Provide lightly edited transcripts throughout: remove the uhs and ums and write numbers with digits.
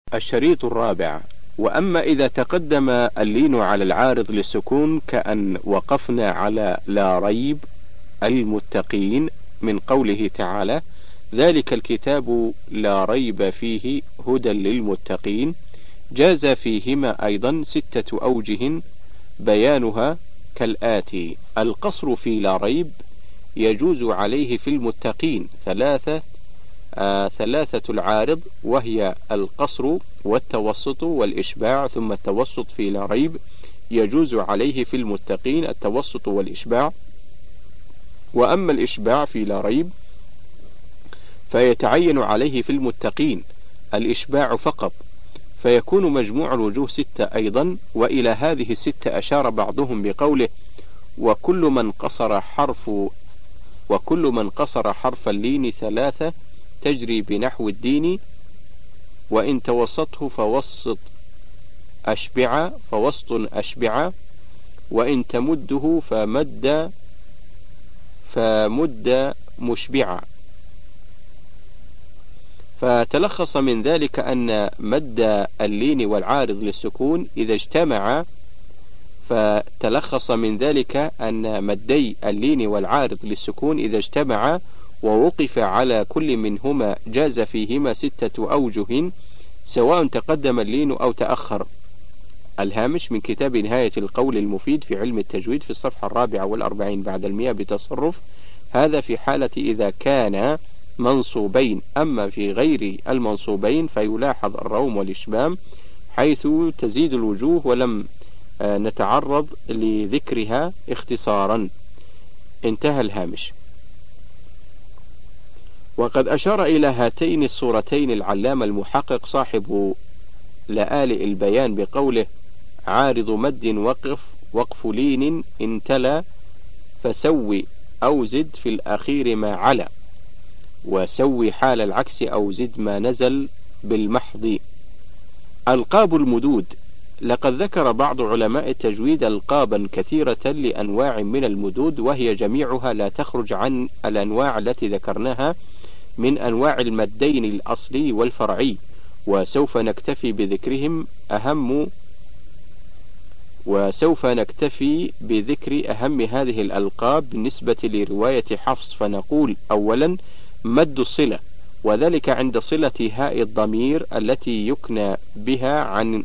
الشريط الرابع. وأما إذا تقدم اللين على العارض للسكون كأن وقفنا على لا ريب المتقين من قوله تعالى ذلك الكتاب لا ريب فيه هدى للمتقين، جاز فيهما أيضا 6 أوجه بيانها كالآتي: القصر في لا ريب يجوز عليه في المتقين ثلاثة العارض، وهي القصر والتوسط والإشباع، ثم التوسط في لا ريب يجوز عليه في المتقين التوسط والإشباع. وأما الإشباع في لا ريب فيتعين عليه في المتقين الإشباع فقط، فيكون مجموع الوجوه 6 أيضا. وإلى هذه 6 أشار بعضهم بقوله وكل من قصر حرف اللين 3 تجري بنحو الدين، وإن توسطه فوسط أشبع، وإن تمده فمد مشبعا. فتلخص من ذلك أن مد اللين والعارض للسكون إذا اجتمع مدي اللين والعارض للسكون إذا اجتمعا ووقف على كل منهما جاز فيهما 6 أوجه سواء تقدم اللين أو تأخر. الهامش من كتاب نهاية القول المفيد في علم التجويد في الصفحة 44 بعد 100 بتصرف. هذا في حالة إذا كان منصوبين، أما في غير المنصوبين فيلاحظ الروم والإشمام حيث تزيد الوجوه، ولم نتعرض لذكرها اختصارا. انتهى الهامش. وقد أشار إلى هاتين الصورتين العلامة المحقق صاحب لآلئ البيان بقوله عارض مد وقف لين انتلى فسوي أو زد في الأخير ما علا، وسوي حال العكس أو زد ما نزل بالمحض. ألقاب المدود. لقد ذكر بعض علماء التجويد ألقابا كثيرة لأنواع من المدود، وهي جميعها لا تخرج عن الأنواع التي ذكرناها من أنواع المدين الأصلي والفرعي، وسوف نكتفي بذكر أهم هذه الألقاب بالنسبة لرواية حفص. فنقول أولا مد الصلة، وذلك عند صلة هاء الضمير التي يكنى بها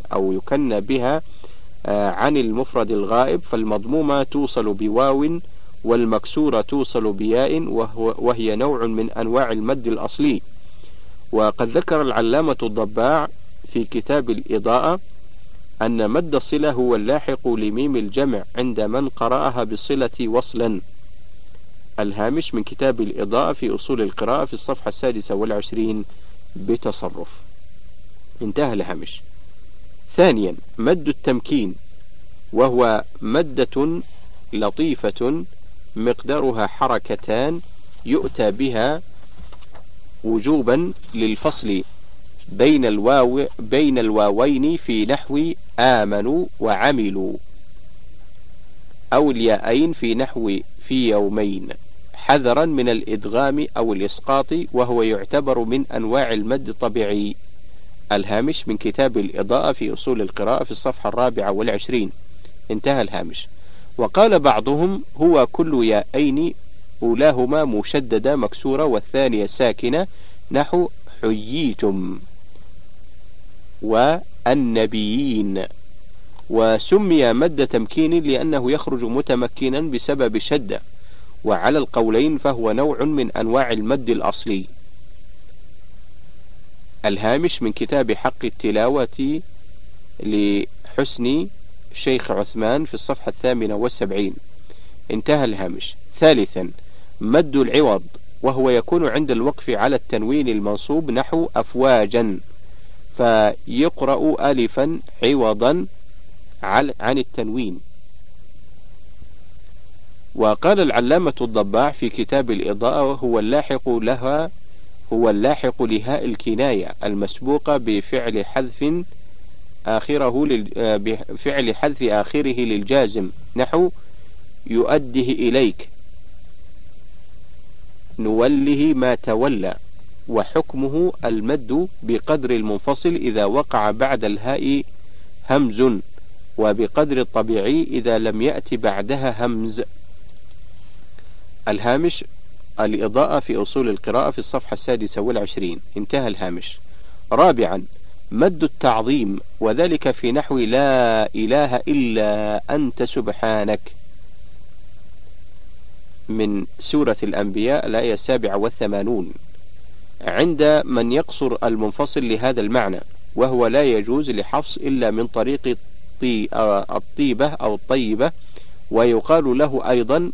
عن المفرد الغائب، فالمضمومة توصل بواو والمكسورة توصل بياء، وهي نوع من أنواع المد الأصلي. وقد ذكر العلامة الضباع في كتاب الإضاءة أن مد الصلة هو اللاحق لميم الجمع عند من قرأها بالصلة وصلا. الهامش من كتاب الإضاءة في أصول القراءة في الصفحة 26 بتصرف. انتهى الهامش. ثانيا مد التمكين، وهو مدة لطيفة مقدارها 2 حركات يؤتى بها وجوبا للفصل بين الواوين في نحو آمنوا وعملوا، أو الياءين في نحو في يومين، حذرا من الإدغام أو الإسقاط، وهو يعتبر من أنواع المد الطبيعي. الهامش من كتاب الإضاءة في أصول القراءة في الصفحة 24. انتهى الهامش. وقال بعضهم هو كل ياءين أولاهما مشددة مكسورة والثانية ساكنة، نحو حييتم والنبيين. وسمي مد تمكين لأنه يخرج متمكنا بسبب الشدة، وعلى القولين فهو نوع من أنواع المد الأصلي. الهامش من كتاب حق التلاوة لحسن شيخ عثمان في الصفحة 78. انتهى الهامش. ثالثا مد العوض، وهو يكون عند الوقف على التنوين المنصوب، نحو أفواجا، فيقرأ ألفا عوضا عن التنوين. وقال العلامة الضباع في كتاب الإضاءة هو اللاحق لهاء الكناية المسبوقة بفعل حذف آخره للجازم، نحو يؤده إليك نوله ما تولى، وحكمه المد بقدر المنفصل إذا وقع بعد الهاء همز، وبقدر الطبيعي إذا لم يأتي بعدها همز. الهامش الإضاءة في أصول القراءة في الصفحة 26. انتهى الهامش. رابعا مد التعظيم، وذلك في نحو لا إله إلا أنت سبحانك من سورة الأنبياء الآية 87 عند من يقصر المنفصل لهذا المعنى، وهو لا يجوز لحفص إلا من طريق الطيبة أو الطيبة، ويقال له أيضا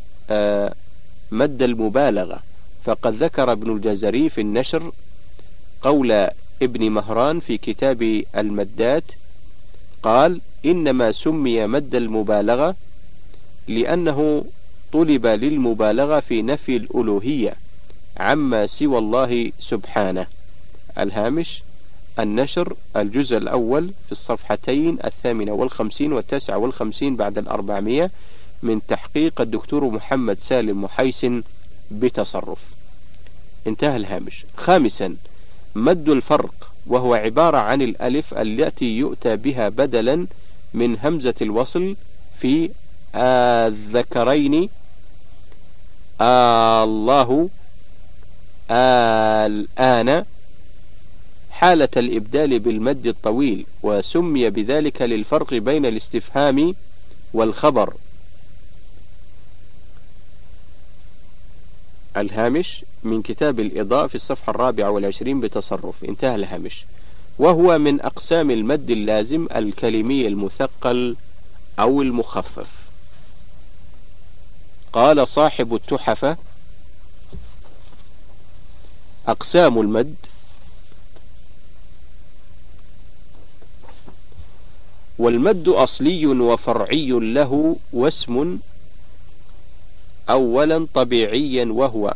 مد المبالغة. فقد ذكر ابن الجزري في النشر قول ابن مهران في كتاب المدات، قال: إنما سمي مد المبالغة لأنه طلب للمبالغة في نفي الألوهية عما سوى الله سبحانه. الهامش النشر الجزء الأول في الصفحتين 58 و59 بعد 400 من تحقيق الدكتور محمد سالم محيسن بتصرف. انتهى الهامش. خامسا مد الفرق، وهو عبارة عن الألف التي يؤتى بها بدلا من همزة الوصل في الذكرين الله الآن حالة الإبدال بالمد الطويل، وسمي بذلك للفرق بين الاستفهام والخبر. الهامش من كتاب الإضاءة في الصفحة 24 بتصرف. انتهى الهامش. وهو من أقسام المد اللازم الكلمي المثقل أو المخفف. قال صاحب التحفة: أقسام المد: والمد أصلي وفرعي له واسم أولا طبيعيا، وهو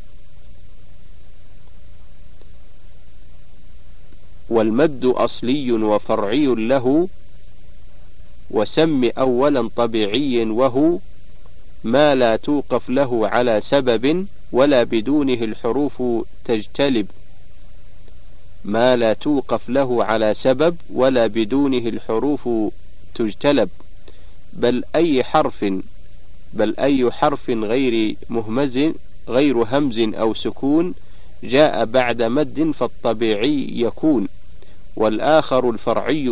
والمد أصلي وفرعي له وسم أولا طبيعي، وهو ما لا توقف له على سبب ولا بدونه الحروف تجتلب. ما لا توقف له على سبب ولا بدونه الحروف تجتلب، بل أي حرف غير مهمز غير همز أو سكون جاء بعد مد فالطبيعي يكون، والآخر الفرعي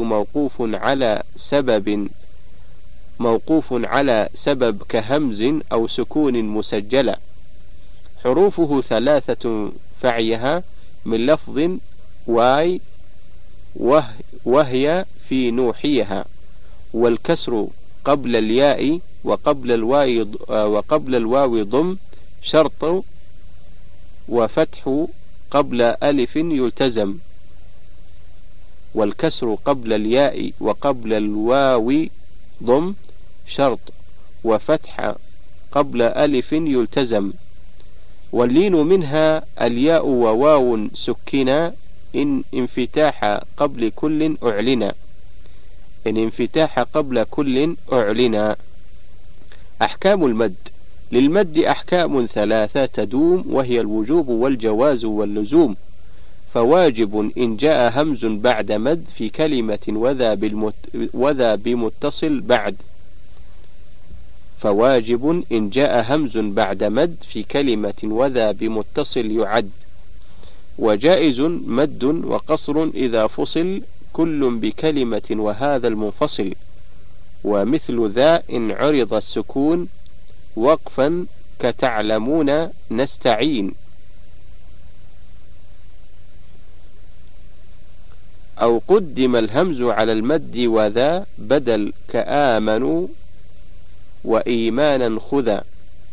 موقوف على سبب كهمز أو سكون مسجلة. حروفه 3 فعيها من لفظ واي وهي في نوحيها، والكسر قبل الياء وقبل الواو ضم شرط، وفتح قبل ألف يلتزم. والكسر قبل الياء وقبل الواو ضم شرط، وفتح قبل ألف يلتزم. واللين منها الياء وواو سكنا إن انفتاح قبل كل أعلنا. أحكام المد: للمد أحكام 3 تدوم، وهي الوجوب والجواز واللزوم. فواجب إن جاء همز بعد مد في كلمة وذا بمتصل بعد. فواجب إن جاء همز بعد مد في كلمة وذا بمتصل يعد. وجائز مد وقصر إذا فصل كل بكلمة وهذا المنفصل، ومثل ذا إن عرض السكون وقفا كتعلمون نستعين، أو قدم الهمز على المد وذا بدل كآمنوا وإيمانا خذا.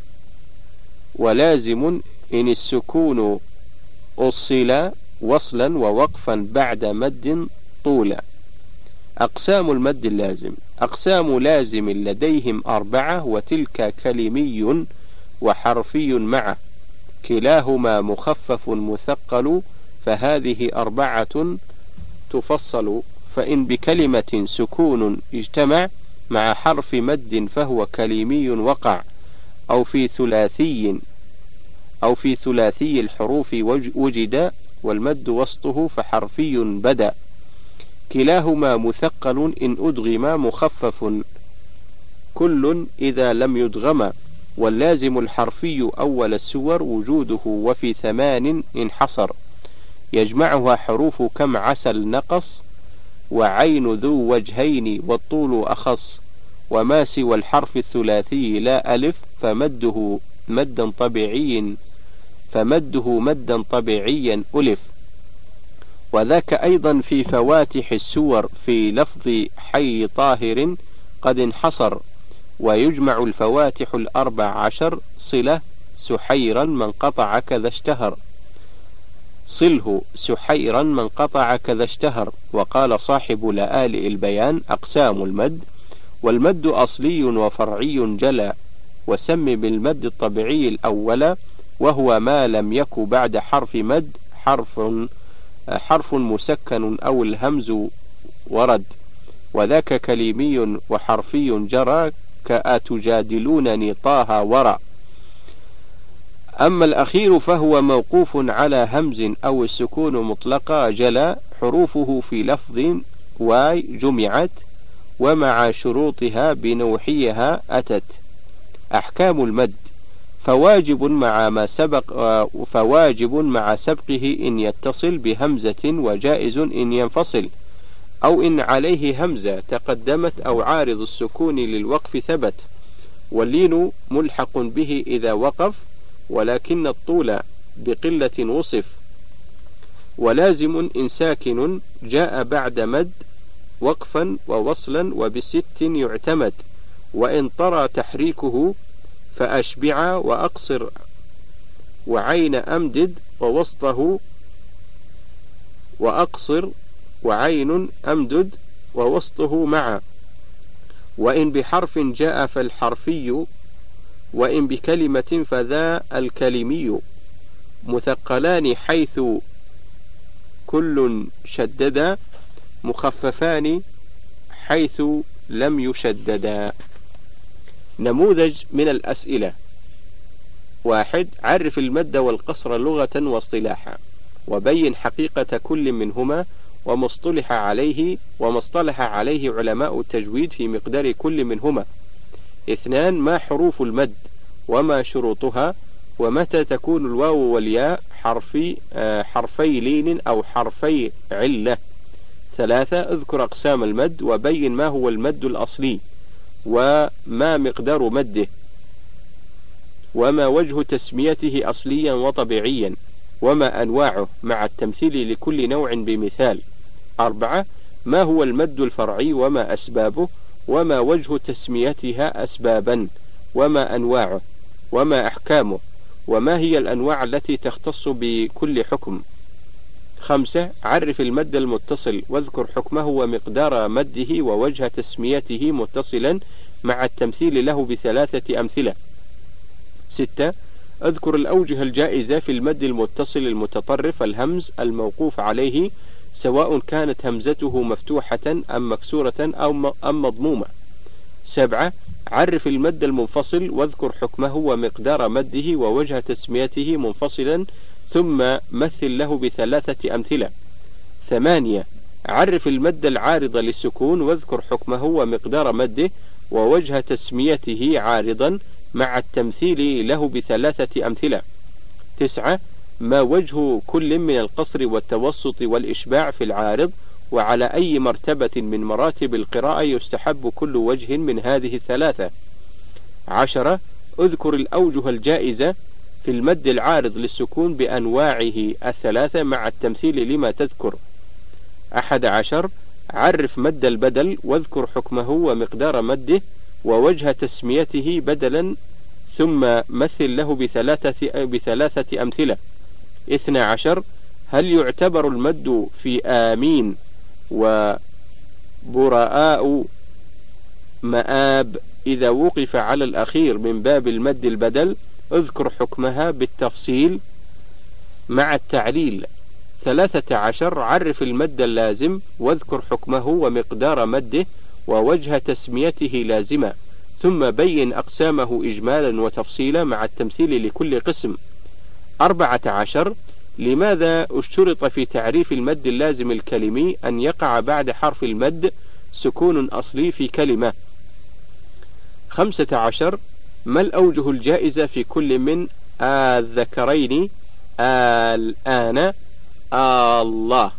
ولازم إن السكون أصل وصلا ووقفا بعد مد طولا. أقسام المد اللازم: أقسام لازم لديهم 4، وتلك كلمي وحرفي معه، كلاهما مخفف مثقل، فهذه 4 تفصل. فإن بكلمة سكون اجتمع مع حرف مد فهو كلمي وقع، أو في ثلاثي أو في ثلاثي الحروف وجد، والمد وسطه فحرفي بدا، كلاهما مثقل إن أدغم مخفف، كل إذا لم يدغم، واللازم الحرفي أول السور وجوده، وفي 8 انحصر، يجمعها حروف كم عسل نقص، وعين ذو وجهين والطول أخص، وما سوى الحرف الثلاثي لا ألف فمده مدا طبيعيا ألف. وذاك أيضا في فواتح السور في لفظ حي طاهر قد انحصر، ويجمع الفواتح 14 صلة سحيرا من قطع كذا اشتهر، صله سحيرا من قطع كذا اشتهر. وقال صاحب لآلئ البيان: أقسام المد: والمد أصلي وفرعي جلا، وسم بالمد الطبيعي الأول، وهو ما لم يك بعد حرف مد حرف مسكن أو الهمز ورد، وذاك كليمي وحرفي جرى، كأتجادلونني طه ورى. أما الأخير فهو موقوف على همز أو السكون مطلقا جلا، حروفه في لفظ واي جمعت، ومع شروطها بنوحيها أتت. أحكام المد: فواجب مع سبقه إن يتصل بهمزة، وجائز إن ينفصل، أو إن عليه همزة تقدمت أو عارض السكون للوقف ثبت، واللين ملحق به إذا وقف، ولكن الطول بقلة وصف، ولازم إن ساكن جاء بعد مد وقفا ووصلا وبست يعتمد، وإن طرى تحريكه فأشبع وأقصر، وعين أمدد ووسطه وأقصر، وعين أمدد ووسطه معا، وإن بحرف جاء فالحرفي، وإن بكلمة فذا الكلمي، مثقلان حيث كل شددا، مخففان حيث لم يشددا. نموذج من الأسئلة: 1. عرف المد والقصر لغة واصطلاحا، وبين حقيقة كل منهما وما اصطلح عليه علماء التجويد في مقدار كل منهما. 2. ما حروف المد وما شروطها، ومتى تكون الواو والياء حرفي لين أو حرفي علة. 3. اذكر أقسام المد، وبين ما هو المد الأصلي، وما مقدار مده، وما وجه تسميته أصليا وطبيعيا، وما أنواعه مع التمثيل لكل نوع بمثال. 4. ما هو المد الفرعي وما أسبابه، وما وجه تسميتها أسبابا، وما أنواعه، وما أحكامه، وما هي الأنواع التي تختص بكل حكم. 5. عرف المد المتصل، واذكر حكمه ومقدار مده ووجه تسميته متصلا مع التمثيل له ب3 أمثلة. 6. اذكر الأوجه الجائزة في المد المتصل المتطرف الهمز الموقوف عليه، سواء كانت همزته مفتوحة أم مكسورة أم مضمومة. 7. عرف المد المنفصل، واذكر حكمه ومقدار مده ووجه تسميته منفصلا، ثم مثل له ب3 أمثلة. 8. عرف المد العارض للسكون، واذكر حكمه ومقدار مده ووجه تسميته عارضا مع التمثيل له ب3 أمثلة. 9. ما وجه كل من القصر والتوسط والإشباع في العارض، وعلى أي مرتبة من مراتب القراءة يستحب كل وجه من هذه ال3. 10. اذكر الأوجه الجائزة في المد العارض للسكون بأنواعه ال3 مع التمثيل لما تذكر. 11. عرف مد البدل، واذكر حكمه ومقدار مده ووجه تسميته بدلا، ثم مثل له ب3 أمثلة. 12. هل يعتبر المد في آمين وبراء مآب إذا وقف على الأخير من باب المد البدل؟ اذكر حكمها بالتفصيل مع التعليل. 13. عرف المد اللازم، واذكر حكمه ومقدار مده ووجه تسميته لازمة، ثم بين أقسامه إجمالا وتفصيلا مع التمثيل لكل قسم. 14. لماذا اشترط في تعريف المد اللازم الكلمي أن يقع بعد حرف المد سكون أصلي في كلمة؟ 15. ما الأوجه الجائزة في كل من الذكرين الآن الله؟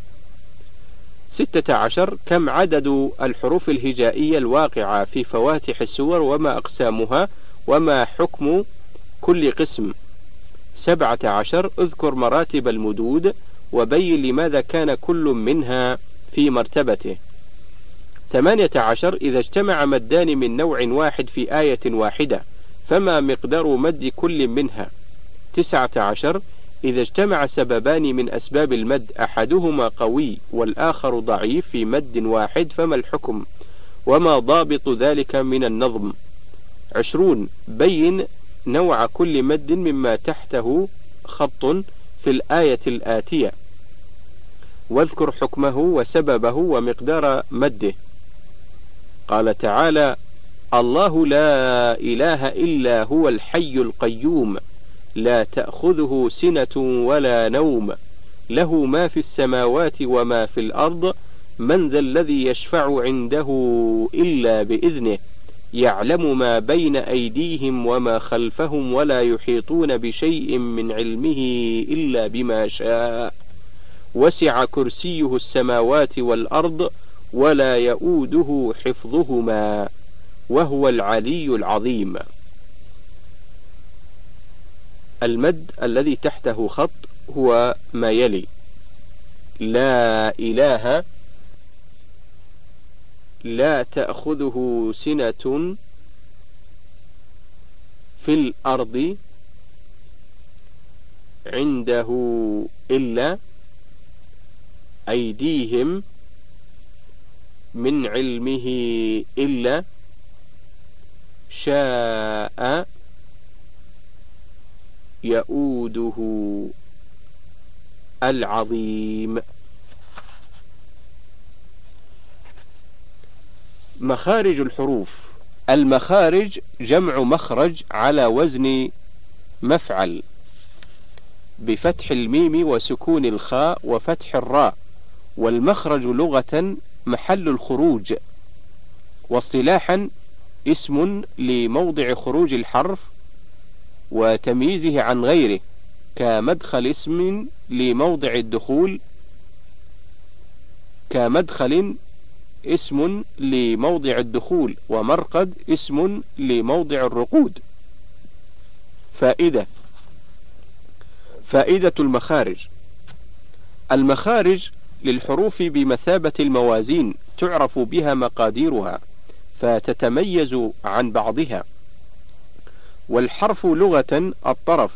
16. كم عدد الحروف الهجائية الواقعة في فواتح السور وما أقسامها وما حكم كل قسم؟ 17. اذكر مراتب المدود وبين لماذا كان كل منها في مرتبته. 18. إذا اجتمع مدان من نوع واحد في آية واحدة فما مقدار مد كل منها؟ 19. إذا اجتمع سببان من أسباب المد أحدهما قوي والآخر ضعيف في مد واحد فما الحكم وما ضابط ذلك من النظم؟ 20. بين نوع كل مد مما تحته خط في الآية الآتية واذكر حكمه وسببه ومقدار مده. قال تعالى: الله لا إله إلا هو الحي القيوم لا تأخذه سنة ولا نوم له ما في السماوات وما في الأرض من ذا الذي يشفع عنده إلا بإذنه يعلم ما بين أيديهم وما خلفهم ولا يحيطون بشيء من علمه إلا بما شاء وسع كرسيه السماوات والأرض ولا يؤوده حفظهما وهو العلي العظيم. المد الذي تحته خط هو ما يلي: لا إله لا تأخذه سنة في الأرض عنده إلا أيديهم من علمه إلا شاء يؤوده العظيم. مخارج الحروف. المخارج جمع مخرج على وزن مفعل بفتح الميم وسكون الخاء وفتح الراء، والمخرج لغة محل الخروج، واصطلاحا اسم لموضع خروج الحرف وتمييزه عن غيره، كمدخل اسم لموضع الدخول، كمدخل اسم لموضع الدخول، ومرقد اسم لموضع الرقود. فائدة المخارج. المخارج للحروف بمثابة الموازين تعرف بها مقاديرها فتتميز عن بعضها. والحرف لغة الطرف،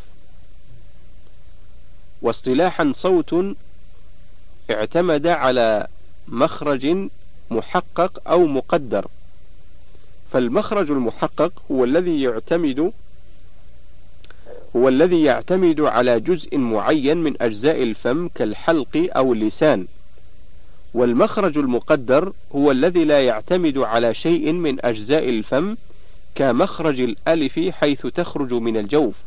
واصطلاحا صوت اعتمد على مخرج محقق أو مقدر. فالمخرج المحقق هو الذي يعتمد على جزء معين من أجزاء الفم كالحلق أو اللسان، والمخرج المقدر هو الذي لا يعتمد على شيء من أجزاء الفم كمخرج الألف حيث تخرج من الجوف.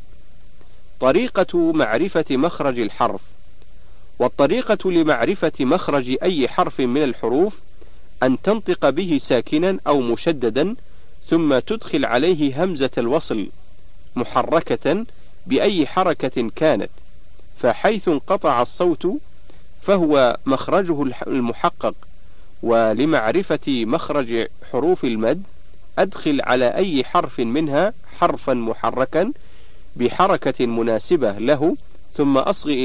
طريقة معرفة مخرج الحرف. والطريقة لمعرفة مخرج أي حرف من الحروف أن تنطق به ساكنا أو مشددا ثم تدخل عليه همزة الوصل محركة بأي حركة كانت، فحيث انقطع الصوت فهو مخرجه المحقق. ولمعرفة مخرج حروف المد أدخل على أي حرف منها حرفا محركا بحركة مناسبة له ثم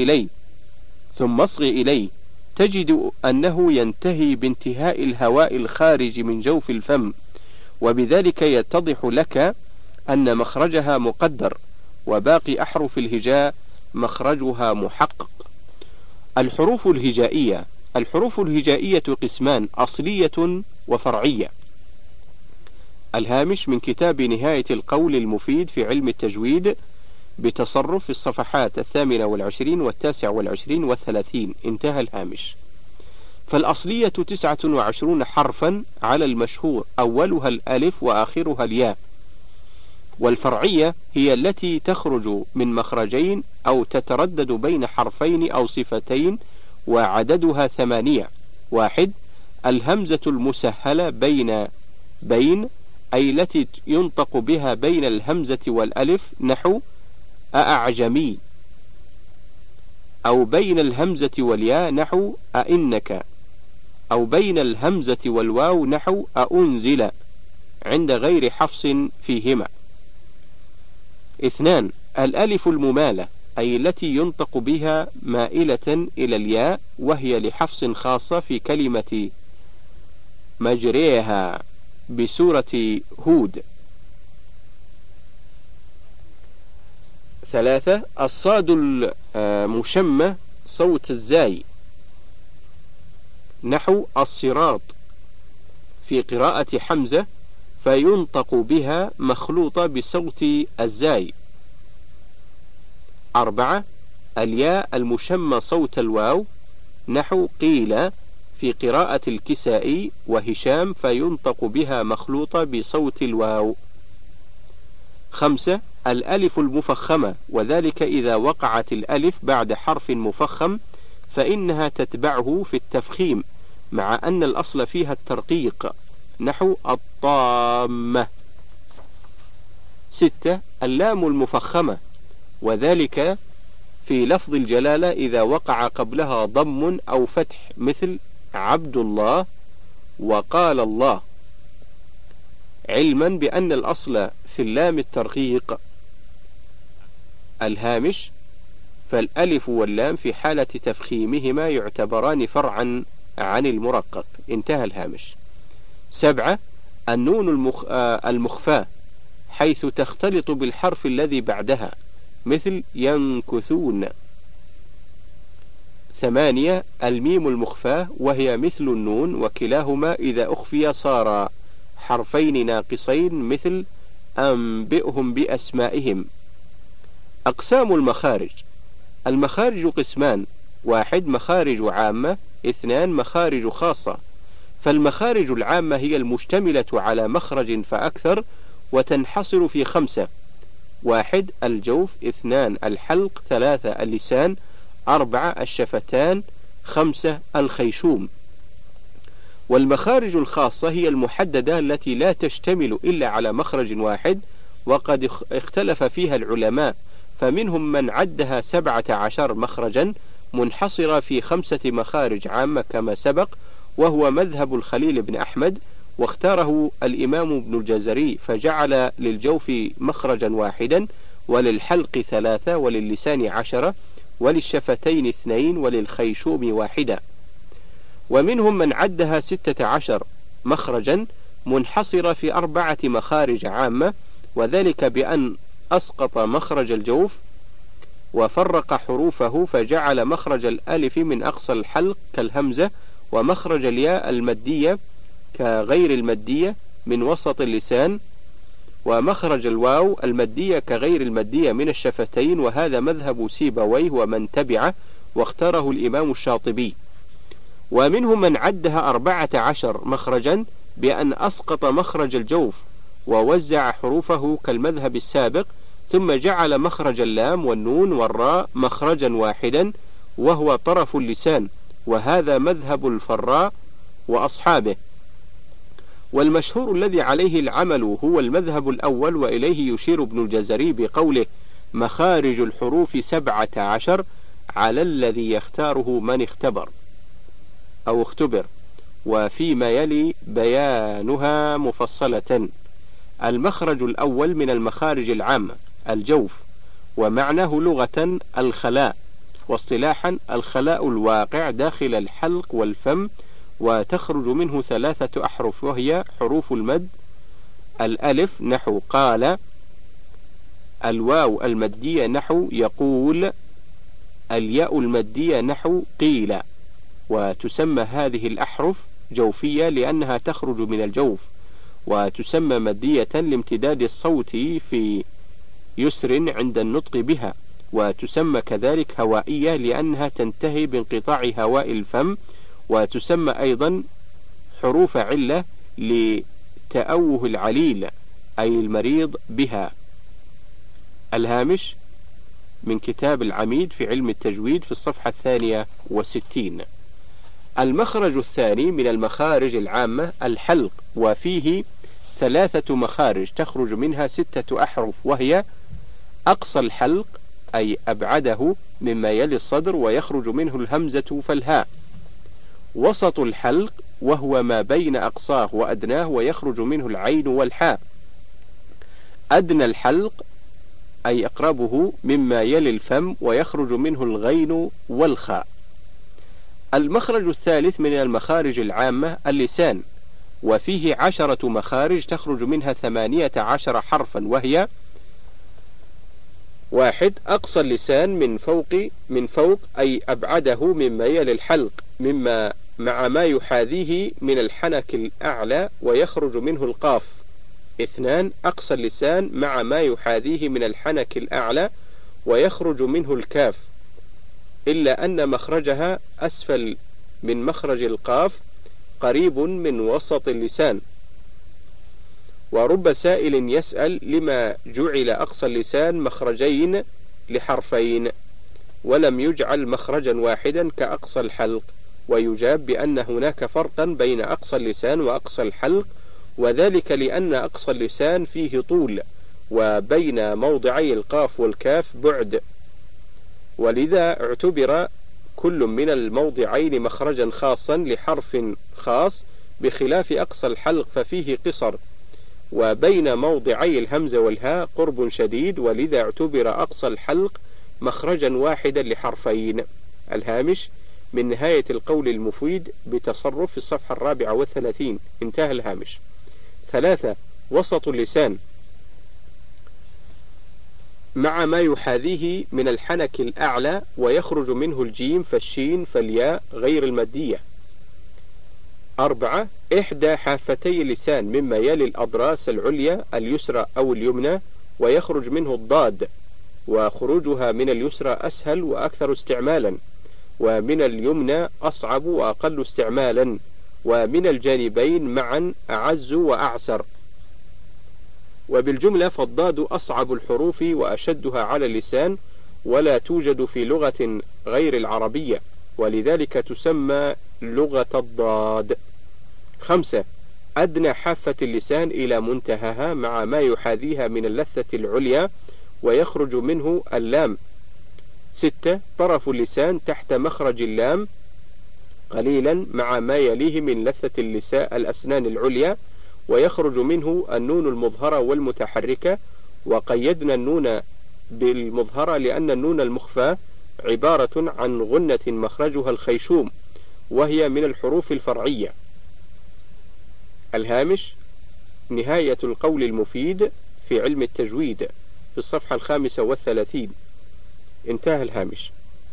أصغ إليه تجد أنه ينتهي بانتهاء الهواء الخارج من جوف الفم، وبذلك يتضح لك أن مخرجها مقدر، وباقي أحرف الهجاء مخرجها محقق. الحروف الهجائية. الحروف الهجائية قسمان: أصلية وفرعية. الهامش من كتاب نهاية القول المفيد في علم التجويد بتصرف في الصفحات 28 و29 و30. انتهى الهامش. فالأصلية 29 حرفا على المشهور، أولها الألف وآخرها الياء، والفرعية هي التي تخرج من مخرجين أو تتردد بين حرفين أو صفتين، وعددها 8. 1. الهمزة المسهلة بين أي التي ينطق بها بين الهمزة والألف، نحو أأعجمي، أو بين الهمزة والياء، نحو أئنك، أو بين الهمزة والواو، نحو أأنزل، عند غير حفص فيهما. 2. الألف الممالة أي التي ينطق بها مائلة إلى الياء، وهي لحفص خاصة في كلمة مجريها بسورة هود. 3. الصاد المشمة صوت الزاي، نحو الصراط في قراءة حمزة، فينطق بها مخلوطة بصوت الزاي. 4. الياء المشمة صوت الواو، نحو قيل في قراءة الكسائي وهشام، فينطق بها مخلوطة بصوت الواو. 5. الألف المفخمة، وذلك إذا وقعت الألف بعد حرف مفخم فإنها تتبعه في التفخيم، مع أن الأصل فيها الترقيق، نحو الطامة. 6. اللام المفخمة، وذلك في لفظ الجلالة إذا وقع قبلها ضم أو فتح، مثل عبد الله وقال الله، علما بأن الأصل في اللام الترقيق الهامش، فالألف واللام في حالة تفخيمهما يعتبران فرعا عن المرقق، انتهى الهامش. 7. النون المخفاة، حيث تختلط بالحرف الذي بعدها، مثل ينكثون. 8. الميم المخفاة، وهي مثل النون، وكلاهما إذا أخفي صار حرفين ناقصين، مثل أنبئهم بأسمائهم. أقسام المخارج. المخارج قسمان: 1. مخارج عامة، 2. مخارج خاصة. فالمخارج العامة هي المشتملة على مخرج فأكثر، وتنحصر في 5: 1. الجوف، 2. الحلق، 3. اللسان، 4. الشفتان، 5. الخيشوم. والمخارج الخاصة هي المحددة التي لا تشتمل إلا على مخرج واحد، وقد اختلف فيها العلماء، فمنهم من عدها 17 مخرجا منحصرة في 5 مخارج عامة كما سبق، وهو مذهب الخليل بن أحمد، واختاره الإمام ابن الجزري، فجعل للجوف مخرجا واحدا، وللحلق 3، وللسان 10، وللشفتين 2، وللخيشوم 1. ومنهم من عدها 16 مخرجا منحصرة في 4 مخارج عامة، وذلك بأن أسقط مخرج الجوف وفرق حروفه، فجعل مخرج الألف من أقصى الحلق كالهمزة، ومخرج الياء المدية كغير المدية من وسط اللسان، ومخرج الواو المدية كغير المدية من الشفتين، وهذا مذهب سيبويه ومن تبعه، واختاره الإمام الشاطبي. ومنهم من عدها 14 مخرجا بأن أسقط مخرج الجوف ووزع حروفه كالمذهب السابق، ثم جعل مخرج اللام والنون والراء مخرجا واحدا، وهو طرف اللسان، وهذا مذهب الفراء وأصحابه. والمشهور الذي عليه العمل هو المذهب الأول، وإليه يشير ابن الجزري بقوله: مخارج الحروف 17 على الذي يختاره من اختبر أو اختبر، وفيما يلي بيانها مفصلة. المخرج الأول من المخارج العامة الجوف، ومعناه لغة الخلاء، واصطلاحا الخلاء الواقع داخل الحلق والفم، وتخرج منه 3 أحرف، وهي حروف المد: الألف نحو قال، الواو المدية نحو يقول، الياء المدية نحو قيل. وتسمى هذه الأحرف جوفية لأنها تخرج من الجوف، وتسمى مدية لامتداد الصوت في يسر عند النطق بها، وتسمى كذلك هوائية لأنها تنتهي بانقطاع هواء الفم، وتسمى أيضا حروف علة لتأوه العليل أي المريض بها، الهامش من كتاب العميد في علم التجويد في الصفحة 62. المخرج الثاني من المخارج العامة الحلق، وفيه 3 مخارج تخرج منها 6 أحرف، وهي: أقصى الحلق أي أبعده مما يلي الصدر ويخرج منه الهمزة فالهاء. وسط الحلق وهو ما بين أقصاه وأدناه ويخرج منه العين والحاء. أدنى الحلق أي أقربه مما يلي الفم ويخرج منه الغين والخاء. المخرج الثالث من المخارج العامة اللسان، وفيه 10 مخارج تخرج منها 18 حرفا، وهي: 1. أقصى اللسان من فوق أي أبعده مما يلي الحلق مع ما يحاذيه من الحنك الأعلى ويخرج منه القاف. 2. أقصى اللسان مع ما يحاذيه من الحنك الأعلى ويخرج منه الكاف، إلا أن مخرجها أسفل من مخرج القاف قريب من وسط اللسان. ورب سائل يسأل: لما جعل أقصى اللسان مخرجين لحرفين ولم يجعل مخرجا واحدا كأقصى الحلق؟ ويجاب بأن هناك فرقا بين أقصى اللسان وأقصى الحلق، وذلك لأن أقصى اللسان فيه طول، وبين موضعي القاف والكاف بعد، ولذا اعتبر كل من الموضعين مخرجا خاصا لحرف خاص، بخلاف أقصى الحلق ففيه قصر، وبين موضعي الهمزة والهاء قرب شديد، ولذا اعتبر أقصى الحلق مخرجا واحدا لحرفين. الهامش من نهاية القول المفيد بتصرف في الصفحة 34. انتهى الهامش. 3. وسط اللسان مع ما يحاذيه من الحنك الأعلى ويخرج منه الجيم فالشين فالياء غير المادية. 4. إحدى حافتي اللسان مما يلي الأضراس العليا اليسرى أو اليمنى ويخرج منه الضاد، وخروجها من اليسرى أسهل وأكثر استعمالا، ومن اليمنى أصعب وأقل استعمالا، ومن الجانبين معا أعز وأعسر. وبالجملة فالضاد أصعب الحروف وأشدها على اللسان، ولا توجد في لغة غير العربية، ولذلك تسمى لغة الضاد. 5. أدنى حافة اللسان إلى منتهاها مع ما يحاذيها من اللثة العليا ويخرج منه اللام. 6. طرف اللسان تحت مخرج اللام قليلا مع ما يليه من لثة الأسنان العليا ويخرج منه النون المظهرة والمتحركة. وقيدنا النون بالمظهرة لأن النون المخفى عبارة عن غنة مخرجها الخيشوم، وهي من الحروف الفرعية. الهامش نهاية القول المفيد في علم التجويد في الصفحة 35. انتهى الهامش.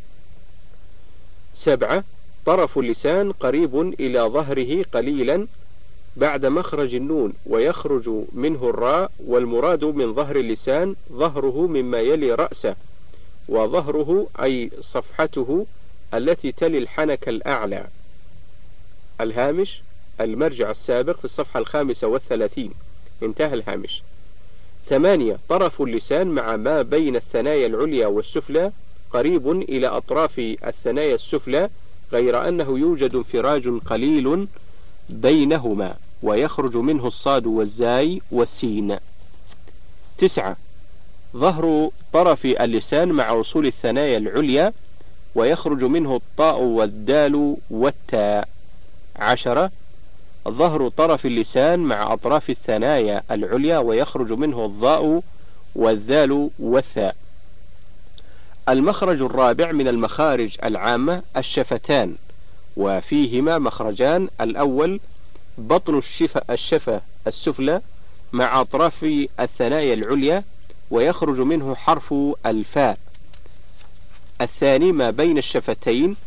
7. طرف اللسان قريب إلى ظهره قليلا بعد مخرج النون ويخرج منه الراء، والمراد من ظهر اللسان ظهره مما يلي رأسه، وظهره أي صفحته التي تلي الحنك الأعلى. الهامش المرجع السابق في الصفحة 35. انتهى الهامش. 8. طرف اللسان مع ما بين الثنايا العليا والسفلى قريب إلى أطراف الثنايا السفلى، غير أنه يوجد انفراج قليل بينهما ويخرج منه الصاد والزاي والسين. 9. ظهر طرف اللسان مع وصول الثنايا العليا ويخرج منه الطاء والدال والتاء. 10. ظهر طرف اللسان مع أطراف الثنايا العليا ويخرج منه الضاء والذال والثاء. المخرج الرابع من المخارج العامة الشفتان، وفيهما مخرجان: الأول بطن الشفة السفلى مع أطراف الثنايا العليا ويخرج منه حرف الفاء. الثاني ما بين الشفتين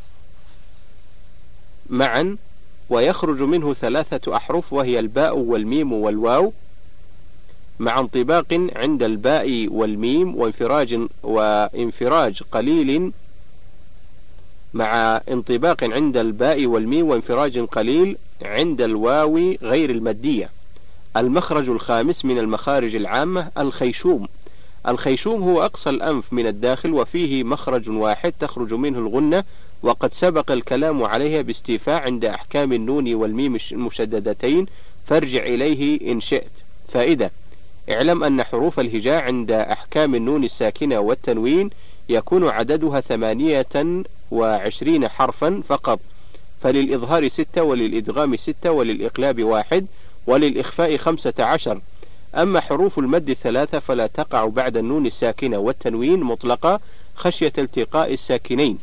معا ويخرج منه 3 أحرف، وهي الباء والميم والواو، مع انطباق عند الباء والميم وانفراج قليل مع انطباق عند الباء والميم وانفراج قليل عند الواو غير المادية. المخرج الخامس من المخارج العامة الخيشوم، الخيشوم هو أقصى الأنف من الداخل وفيه مخرج واحد تخرج منه الغنة، وقد سبق الكلام عليها باستيفاء عند أحكام النون والميم المشددتين، فارجع إليه إن شئت. فائدة: اعلم أن حروف الهجاء عند أحكام النون الساكنة والتنوين يكون عددها 28 حرفا فقط، فللإظهار 6 وللإدغام 6 وللإقلاب 1 وللإخفاء 15. أما حروف المد 3 فلا تقع بعد النون الساكنة والتنوين مطلقة خشية التقاء الساكنين.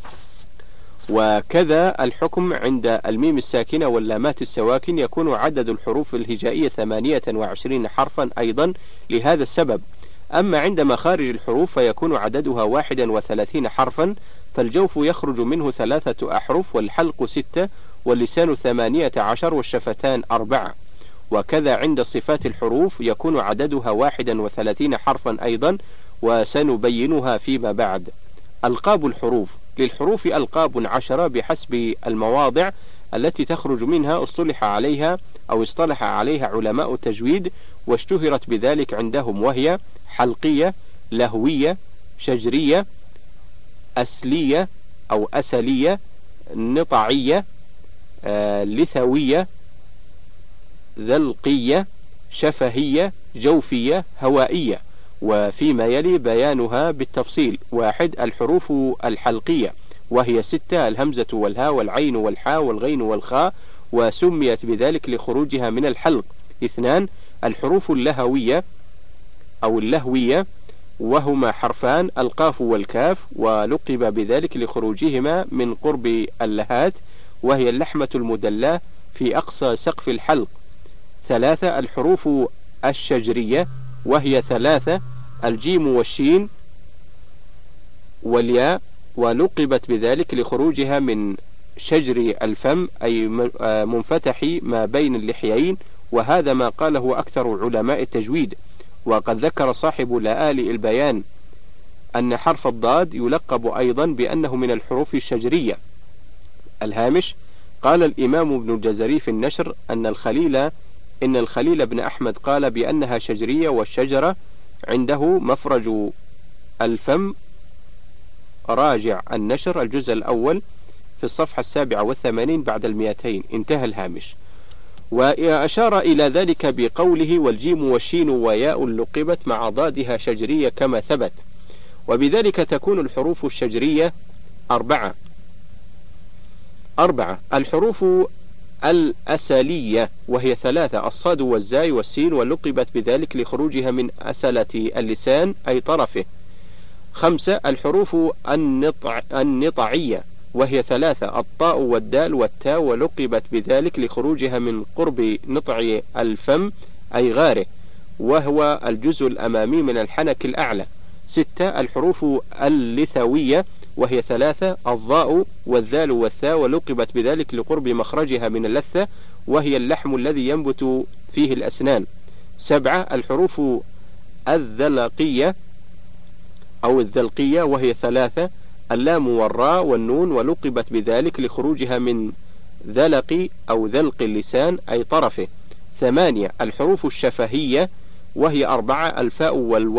وكذا الحكم عند الميم الساكنة واللامات السواكن، يكون عدد الحروف الهجائية 28 حرفا أيضا لهذا السبب. أما عند مخارج الحروف فيكون عددها 31 حرفا، فالجوف يخرج منه 3 أحرف، والحلق 6، واللسان 18، والشفتان 4. وكذا عند صفات الحروف يكون عددها 31 حرفا أيضا، وسنبينها فيما بعد. ألقاب الحروف: للحروف ألقاب 10 بحسب المواضع التي تخرج منها، اصطلح عليها علماء التجويد واشتهرت بذلك عندهم، وهي حلقية، لهوية، شجرية، أسلية أو أسلية، نطعية، لثوية، ذلقية، شفهية، جوفية، هوائية. وفيما يلي بيانها بالتفصيل. 1. الحروف الحلقية، وهي 6: الهمزة والهاء والعين والحاء والغين والخاء، وسميت بذلك لخروجها من الحلق. 2. الحروف اللهوية أو اللهوية، وهما حرفان: القاف والكاف، ولقب بذلك لخروجهما من قرب اللهات، وهي اللحمة المدلاة في أقصى سقف الحلق. 3. الحروف الشجرية، وهي 3: الجيم والشين والياء، ولقبت بذلك لخروجها من شجر الفم، أي منفتح ما بين اللحيين، وهذا ما قاله أكثر علماء التجويد. وقد ذكر صاحب لآلئ البيان أن حرف الضاد يلقب أيضا بأنه من الحروف الشجرية. الهامش: قال الإمام ابن الجزري في النشر إن الخليل بن أحمد قال بأنها شجرية، والشجرة عنده مفرج الفم. راجع النشر الجزء الأول في الصفحة 87 بعد 200. انتهى الهامش. وأشار إلى ذلك بقوله: والجيم والشين وياء لقبت مع ضادها شجرية كما ثبت. وبذلك تكون الحروف الشجرية 4. الحروف الأسلية، وهي 3: الصاد والزاي والسين، ولقبت بذلك لخروجها من أسلة اللسان أي طرفه. 5. الحروف النطعية، وهي 3: الطاء والدال والتاء، ولقبت بذلك لخروجها من قرب نطع الفم أي غاره، وهو الجزء الأمامي من الحنك الأعلى. 6. الحروف اللثوية، وهي 3: الضاء والذال والثاء، ولقبت بذلك لقرب مخرجها من اللثة، وهي اللحم الذي ينبت فيه الأسنان. 7. الحروف الذلقية أو الذلقية، وهي 3: اللام والراء والنون، ولقبت بذلك لخروجها من ذلق أو ذلق اللسان أي طرفه. 8. الحروف الشفهية، وهي 4: الفاء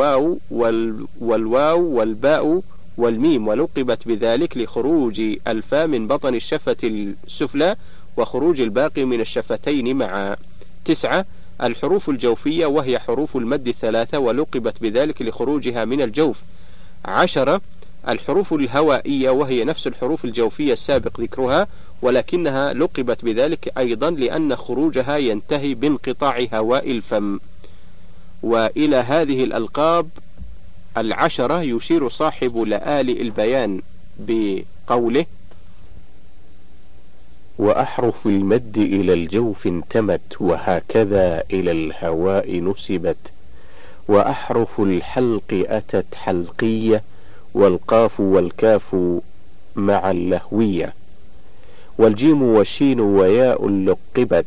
والواو والباء والميم، ولقبت بذلك لخروج الفاء من بطن الشفة السفلى وخروج الباقي من الشفتين معا. 9. الحروف الجوفية، وهي حروف المد 3، ولقبت بذلك لخروجها من الجوف. 10. الحروف الهوائية، وهي نفس الحروف الجوفية السابق ذكرها، ولكنها لقبت بذلك أيضا لأن خروجها ينتهي بانقطاع هواء الفم. وإلى هذه الألقاب 10 يشير صاحب لآلئ البيان بقوله: وأحرف المد إلى الجوف انتمت، وهكذا إلى الهواء نسبت، وأحرف الحلق أتت حلقية، والقاف والكاف مع اللهوية، والجيم والشين وياء لقبت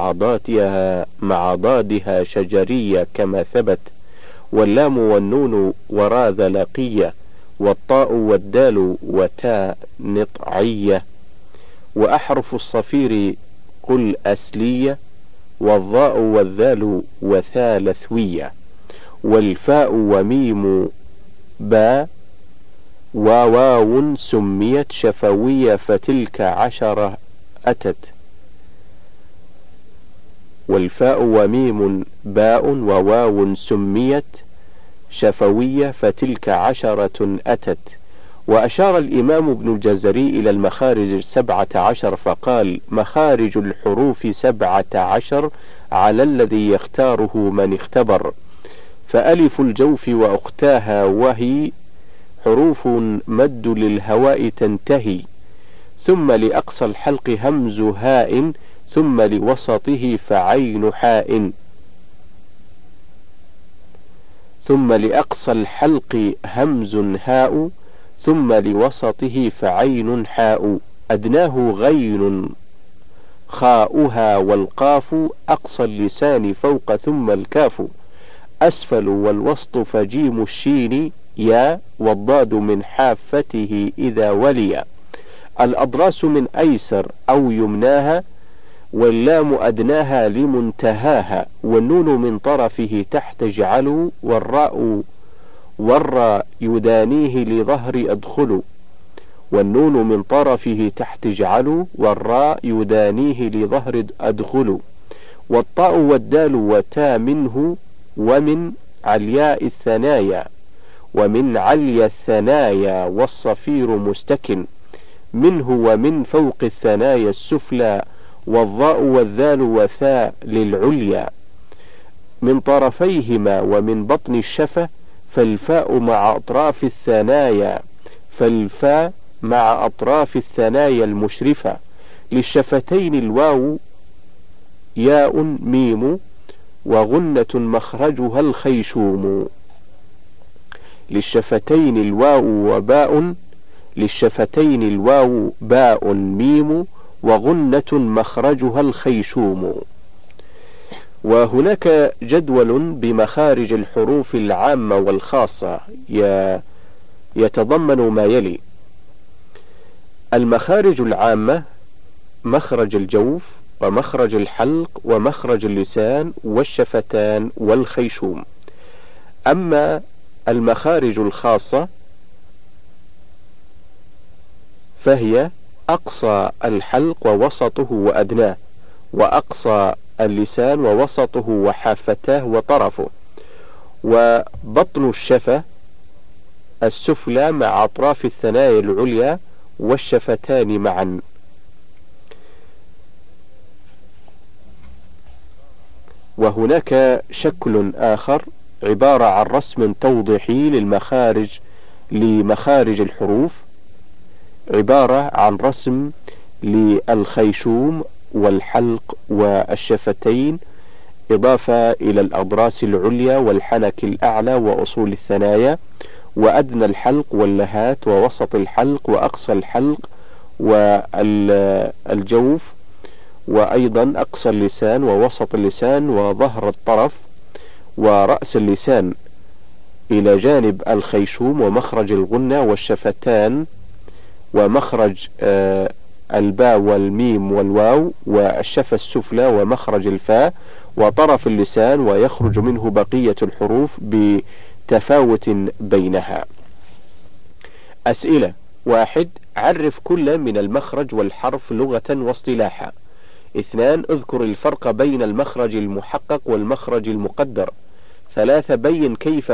مع ضادها شجرية كما ثبت، واللام والنون ورا ذلقية، والطاء والدال وتاء نطعية، وأحرف الصفير قل أسلية، والضاء والذال وثا لثوية، والفاء وميم باء وواو سميت شفوية فتلك 10 أتت. والفاء وميم باء وواو سميت شفوية فتلك 10 أتت. وأشار الإمام ابن الجزري إلى المخارج 17 فقال: مخارج الحروف 17 على الذي يختاره من اختبر. فألف الجوف وأختاها وهي حروف مد للهواء تنتهي، ثم لأقصى الحلق همز هاء، ثم لوسطه فعين حاء، ثم لأقصى الحلق همز هاء، ثم لوسطه فعين حاء، أدناه غين خاؤها والقاف، أقصى اللسان فوق ثم الكاف، أسفل والوسط فجيم الشين يا، والضاد من حافته إذا ولي، الأضراس من أيسر أو يمناها، واللام أدناها لمنتهاها، والنون من طرفه تحت اجعلوا، والراء يدانيه لظهر أدخلوا، والنون من طرفه تحت اجعلوا، والراء يدانيه لظهر أدخلوا، والطاء والدال وتا منه، ومن علياء الثنايا، ومن عليا الثنايا والصفير مستكن، منه ومن فوق الثنايا السفلى، والضاء والذال وثاء للعليا، من طرفيهما ومن بطن الشفة، فالفاء مع أطراف الثنايا، فالفاء مع أطراف الثنايا المشرفة، للشفتين الواو ياء ميم، وغنة مخرجها الخيشوم، للشفتين الواو وباء، للشفتين الواو باء ميم، وغنة مخرجها الخيشوم. وهناك جدول بمخارج الحروف العامة والخاصة يتضمن ما يلي: المخارج العامة: مخرج الجوف، ومخرج الحلق، ومخرج اللسان، والشفتان، والخيشوم. أما المخارج الخاصة فهي أقصى الحلق ووسطه وأدناه، وأقصى اللسان ووسطه وحافتاه وطرفه، وبطن الشفة السفلى مع أطراف الثنايا العليا، والشفتان معا. وهناك شكل آخر عبارة عن رسم توضيحي لمخارج الحروف، عبارة عن رسم للخيشوم والحلق والشفتين، إضافة إلى الأضراس العليا والحنك الأعلى وأصول الثنايا، وأدنى الحلق واللهات، ووسط الحلق، وأقصى الحلق، والجوف، وأيضا أقصى اللسان ووسط اللسان وظهر الطرف ورأس اللسان، إلى جانب الخيشوم ومخرج الغنة والشفتان، ومخرج الباء والميم والواو، والشفة السفلى، ومخرج الفاء، وطرف اللسان، ويخرج منه بقية الحروف بتفاوت بينها. أسئلة: 1. عرف كل من المخرج والحرف لغة واصطلاحا. 2. اذكر الفرق بين المخرج المحقق والمخرج المقدر. 3. بين كيف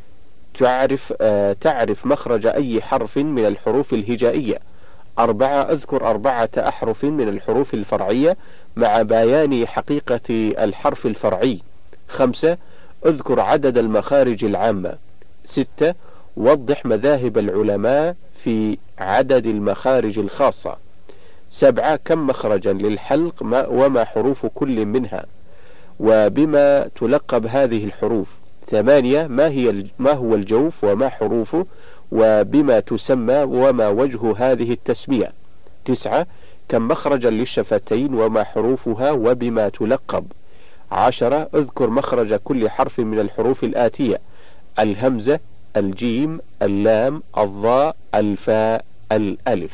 تعرف مخرج أي حرف من الحروف الهجائية. 4. اذكر 4 أحرف من الحروف الفرعية مع بيان حقيقة الحرف الفرعي. 5. اذكر عدد المخارج العامة. 6. وضح مذاهب العلماء في عدد المخارج الخاصة. 7. كم مخرجا للحلق وما حروف كل منها، وبما تلقب هذه الحروف. 8. ما هو الجوف وما حروفه وبما تسمى وما وجه هذه التسمية. 9. كم مخرجا للشفتين وما حروفها وبما تلقب. 10. اذكر مخرج كل حرف من الحروف الآتية: الهمزة، الجيم، اللام، الضاء، الفاء، الألف.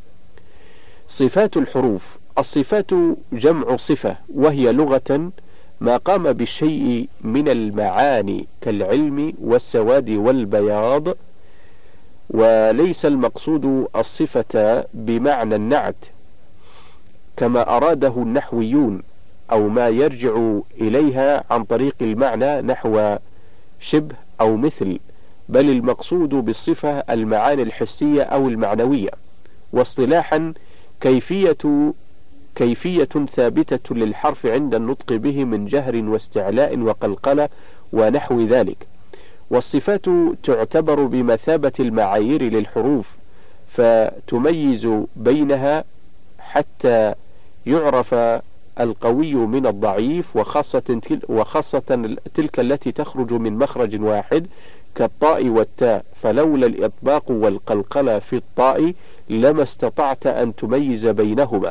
صفات الحروف. الصفات جمع صفة، وهي لغة ما قام بالشيء من المعاني كالعلم والسواد والبياض، وليس المقصود الصفة بمعنى النعت كما أراده النحويون أو ما يرجع إليها عن طريق المعنى نحو شبه أو مثل، بل المقصود بالصفة المعاني الحسية أو المعنوية. واصطلاحا كيفية ثابتة للحرف عند النطق به من جهر واستعلاء وقلقلة ونحو ذلك. والصفات تعتبر بمثابة المعايير للحروف، فتميز بينها حتى يعرف القوي من الضعيف، وخاصة تلك التي تخرج من مخرج واحد كالطاء والتاء، فلولا الإطباق والقلقلة في الطاء لما استطعت أن تميز بينهما.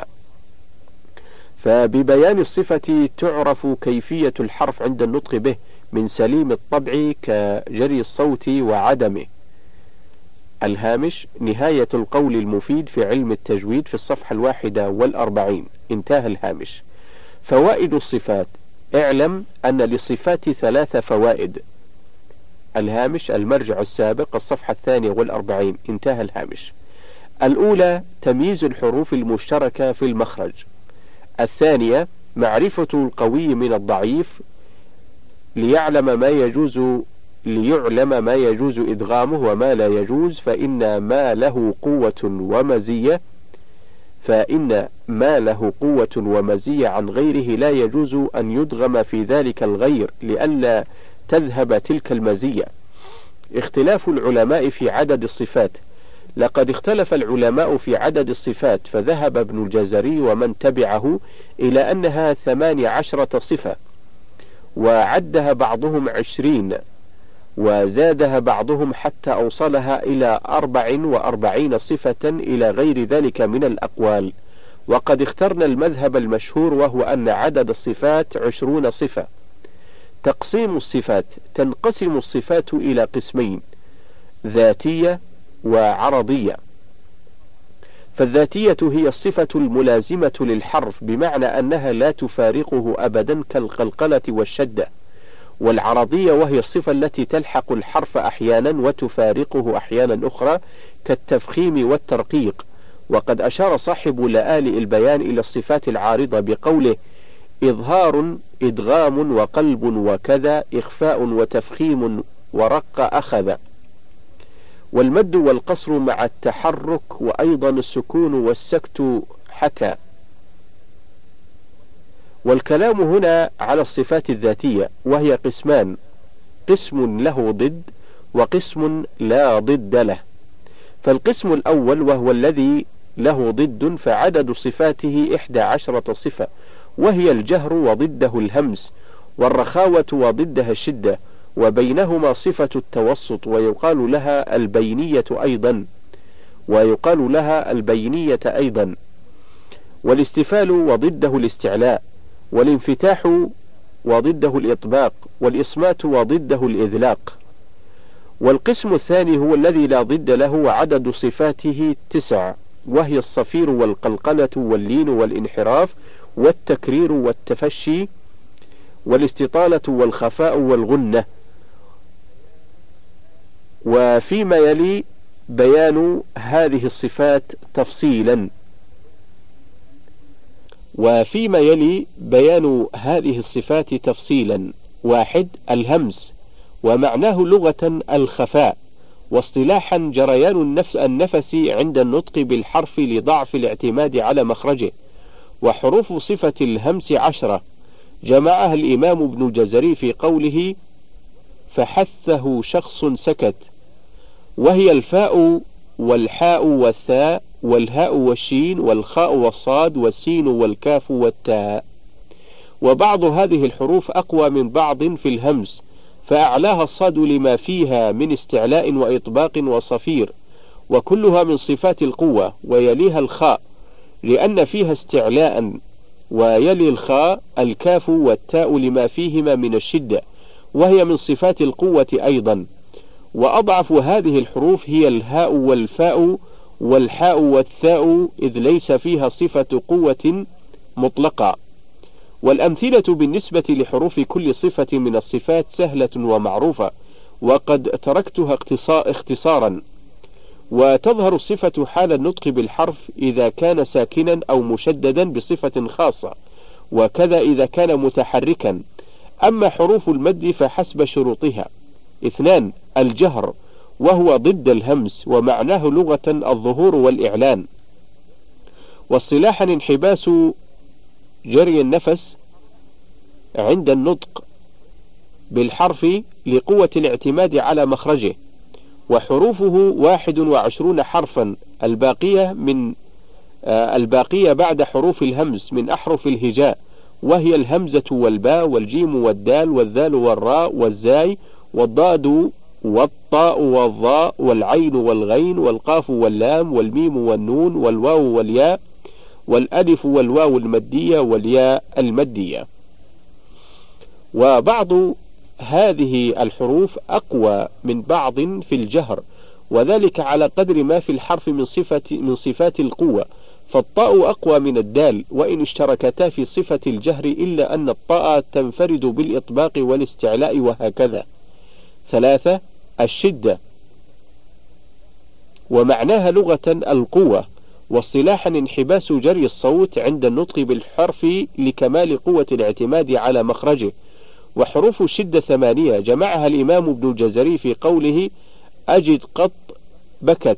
فببيان الصفة تعرف كيفية الحرف عند النطق به من سليم الطبع كجري الصوت وعدمه. الهامش نهاية القول المفيد في علم التجويد في الصفحة 41. انتهى الهامش. فوائد الصفات: اعلم أن للصفات 3 فوائد. الهامش المرجع السابق الصفحة 42. انتهى الهامش. الأولى تمييز الحروف المشتركة في المخرج. الثانية معرفة القوي من الضعيف ليعلم ما يجوز إدغامه وما لا يجوز، فإن ما له قوة ومزية عن غيره لا يجوز أن يدغم في ذلك الغير لئلا تذهب تلك المزية. اختلاف العلماء في عدد الصفات. لقد اختلف العلماء في عدد الصفات، فذهب ابن الجزري ومن تبعه إلى أنها 18 صفة، وعدها بعضهم 20، وزادها بعضهم حتى أوصلها إلى 44 صفة إلى غير ذلك من الأقوال. وقد اخترنا المذهب المشهور، وهو أن عدد الصفات 20 صفة. تقسيم الصفات: تنقسم الصفات إلى قسمين: ذاتية وعرضية. فالذاتية هي الصفة الملازمة للحرف بمعنى أنها لا تفارقه أبدا كالقلقلة والشدة. والعرضية وهي الصفة التي تلحق الحرف أحيانا وتفارقه أحيانا أخرى كالتفخيم والترقيق. وقد أشار صاحب لآلئ البيان إلى الصفات العارضة بقوله: إظهار، إدغام، وقلب، وكذا، إخفاء، وتفخيم، ورق، أخذ. والمد والقصر مع التحرك، وأيضا السكون والسكت حكى. والكلام هنا على الصفات الذاتية، وهي قسمان: قسم له ضد وقسم لا ضد له. فالقسم الأول وهو الذي له ضد فعدد صفاته 11 صفة، وهي الجهر وضده الهمس، والرخاوة وضدها الشدة، وبينهما صفة التوسط ويقال لها البينية أيضا، والاستفال وضده الاستعلاء، والانفتاح وضده الإطباق، والإصمات وضده الإذلاق. والقسم الثاني هو الذي لا ضد له، وعدد صفاته 9، وهي الصفير والقلقلة واللين والانحراف والتكرير والتفشي والاستطالة والخفاء والغنة. وفيما يلي بيان هذه الصفات تفصيلا. 1. الهمس، ومعناه لغة الخفاء، واصطلاحا جريان النفس عند النطق بالحرف لضعف الاعتماد على مخرجه. وحروف صفة الهمس 10 جمعها الإمام ابن الجزري في قوله: فحثه شخص سكت، وهي الفاء والحاء والثاء والهاء والشين والخاء والصاد والسين والكاف والتاء. وبعض هذه الحروف أقوى من بعض في الهمس، فأعلاها الصاد لما فيها من استعلاء وإطباق وصفير، وكلها من صفات القوة. ويليها الخاء لأن فيها استعلاء، ويلي الخاء الكاف والتاء لما فيهما من الشدة، وهي من صفات القوة أيضا. وأضعف هذه الحروف هي الهاء والفاء والحاء والثاء، إذ ليس فيها صفة قوة مطلقة. والأمثلة بالنسبة لحروف كل صفة من الصفات سهلة ومعروفة، وقد تركتها اختصارا. وتظهر الصفة حال النطق بالحرف إذا كان ساكنا أو مشددا بصفة خاصة، وكذا إذا كان متحركا. أما حروف المد فحسب شروطها: 2. الجهر، وهو ضد الهمس، ومعناه لغة الظهور والإعلان. واصطلاحا انحباس جري النفس عند النطق بالحرف لقوة الاعتماد على مخرجه. وحروفه 21 حرفا، الباقية بعد حروف الهمز من أحرف الهجاء، وهي الهمزة والباء والجيم والدال والذال والراء والزاي والضاد والطاء والظاء والعين والغين والقاف واللام والميم والنون والواو والياء والألف والواو المدية والياء المدية. وبعض هذه الحروف أقوى من بعض في الجهر، وذلك على قدر ما في الحرف من صفات القوة. فالطاء أقوى من الدال وإن اشتركتا في صفة الجهر، إلا أن الطاء تنفرد بالإطباق والاستعلاء وهكذا. 3. الشدة، ومعناها لغة القوة، واصطلاحا انحباس جري الصوت عند النطق بالحرف لكمال قوة الاعتماد على مخرجه. وحروف الشدة 8، جمعها الإمام ابن الجزري في قوله أجد قط بكت،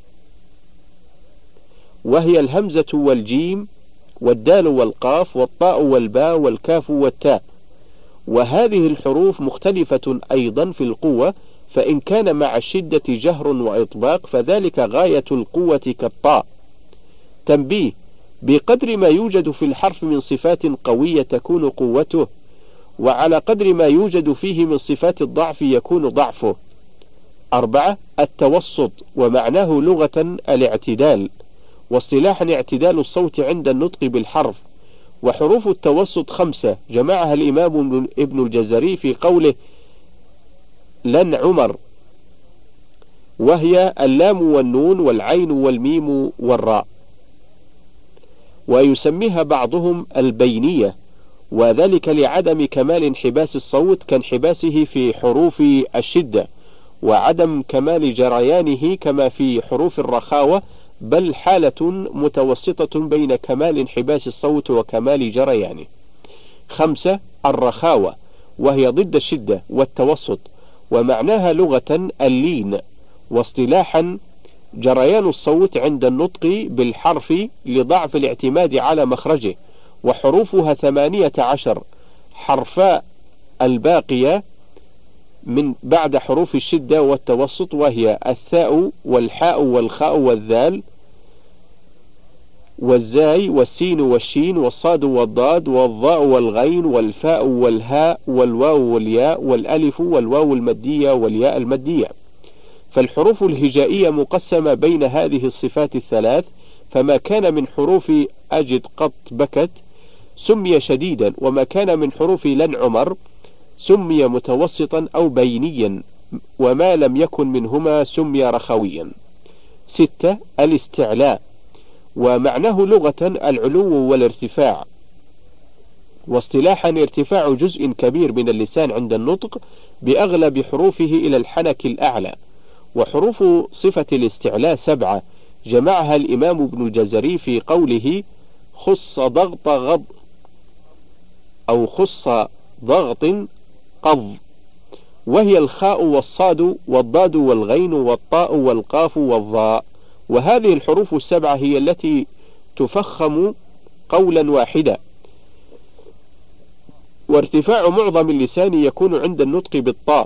وهي الهمزة والجيم والدال والقاف والطاء والباء والكاف والتاء. وهذه الحروف مختلفة أيضا في القوة، فإن كان مع الشدة جهر وإطباق فذلك غاية القوة كالطاء. تنبيه: بقدر ما يوجد في الحرف من صفات قوية تكون قوته، وعلى قدر ما يوجد فيه من صفات الضعف يكون ضعفه. 4. التوسط، ومعناه لغة الاعتدال، واصطلاحا اعتدال الصوت عند النطق بالحرف. وحروف التوسط 5، جمعها الإمام ابن الجزري في قوله لن عمر، وهي اللام والنون والعين والميم والراء. ويسميها بعضهم البينية، وذلك لعدم كمال انحباس الصوت كانحباسه في حروف الشدة، وعدم كمال جريانه كما في حروف الرخاوة، بل حالة متوسطة بين كمال انحباس الصوت وكمال جريانه. 5. الرخاوة، وهي ضد الشدة والتوسط، ومعناها لغة اللين، واصطلاحا جريان الصوت عند النطق بالحرف لضعف الاعتماد على مخرجه. وحروفها 18 حرفاء الباقية من بعد حروف الشدة والتوسط، وهي الثاء والحاء والخاء والذال والزاي والسين والشين والصاد والضاد والضاء والغين والفاء والهاء والواو والياء والألف والواو المدية والياء المدية. فالحروف الهجائية مقسمة بين هذه الصفات الثلاث، فما كان من حروف أجد قط بكت سمي شديدا، وما كان من حروف لن عمر سمي متوسطا أو بينيا، وما لم يكن منهما سمي رخويا. 6. الاستعلاء، ومعناه لغة العلو والارتفاع، واصطلاحا ارتفاع جزء كبير من اللسان عند النطق بأغلب حروفه إلى الحنك الأعلى. وحروف صفة الاستعلاء 7، جمعها الإمام ابن الجزري في قوله خص ضغط غض، أو خص ضغط قض، وهي الخاء والصاد والضاد والغين والطاء والقاف والظاء. وهذه الحروف ال7 هي التي تفخم قولا واحدا. وارتفاع معظم اللسان يكون عند النطق بالطاء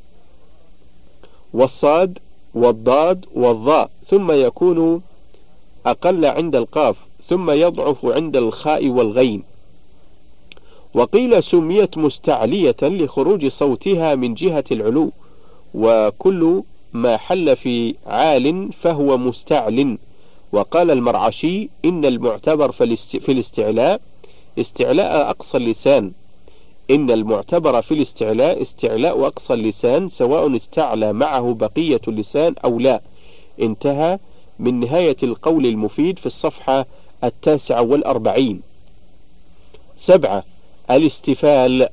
والصاد والضاد والظاء، ثم يكون أقل عند القاف، ثم يضعف عند الخاء والغين. وقيل سميت مستعلية لخروج صوتها من جهة العلو، وكل ما حل في عال فهو مستعل. وقال المرعشي إن المعتبر في الاستعلاء استعلاء أقصى اللسان، إن المعتبر في الاستعلاء استعلاء أقصى اللسان، سواء استعلى معه بقية اللسان أو لا. انتهى من نهاية القول المفيد في الصفحة 49. 7. الاستفال،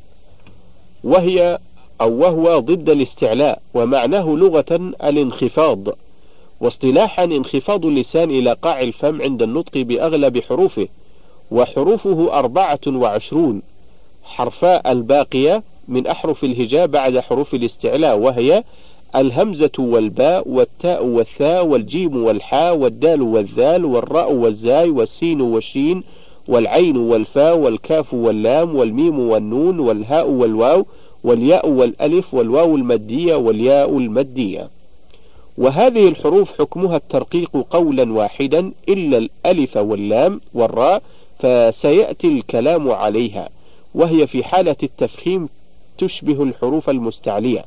وهو ضد الاستعلاء، ومعناه لغة الانخفاض، واصطلاحا انخفاض اللسان إلى قاع الفم عند النطق بأغلب حروفه، وحروفه 24 حرفاء الباقية من أحرف الهجاء بعد حروف الاستعلاء، وهي الهمزة والباء والتاء والثاء والجيم والحاء والدال والذال والراء والزاي والسين والشين والعين والفاء والكاف واللام والميم والنون والهاء والواو والياء والألف والواو المادية والياء المادية. وهذه الحروف حكمها الترقيق قولا واحدا إلا الألف واللام والراء، فسيأتي الكلام عليها، وهي في حالة التفخيم تشبه الحروف المستعلية.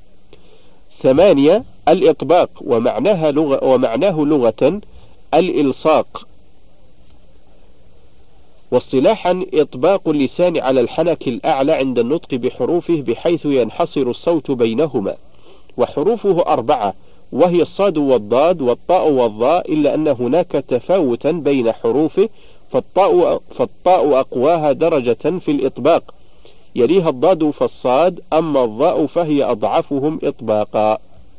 8 الإطباق، ومعناه لغة الإلصاق، واصطلاحا إطباق اللسان على الحنك الأعلى عند النطق بحروفه بحيث ينحصر الصوت بينهما. وحروفه 4، وهي الصاد والضاد والطاء والظاء، إلا أن هناك تفاوتا بين حروفه، فالطاء أقواها درجة في الإطباق، يليها الضاد فالصاد، أما الظاء فهي أضعفهم إطباقا.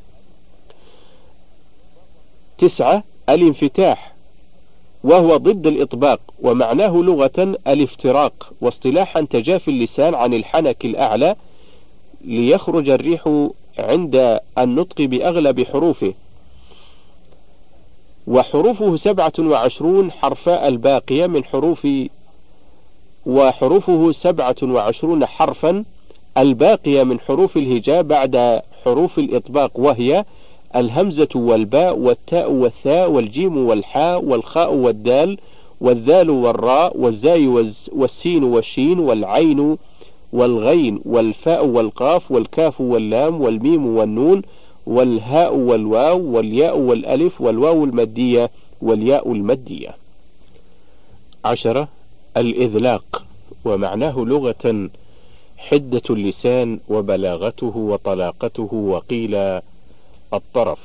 9 الانفتاح، وهو ضد الإطباق، ومعناه لغة الافتراق، واصطلاحا تجافي اللسان عن الحنك الأعلى ليخرج الريح عند النطق بأغلب حروفه. وحروفه 27 حرفاء الباقية من وحروفه 27 حرفا الباقية من حروف الهجاء بعد حروف الإطباق، وهي الهمزة والباء والتاء والثاء والجيم والحاء والخاء والدال والذال والراء والزاي والسين والشين والعين والغين والفاء والقاف والكاف واللام والميم والنون والهاء والواو والياء والألف والواو المادية والياء المادية. 10 الإذلاق، ومعناه لغة حدة اللسان وبلاغته وطلاقته، وقيل الطرف.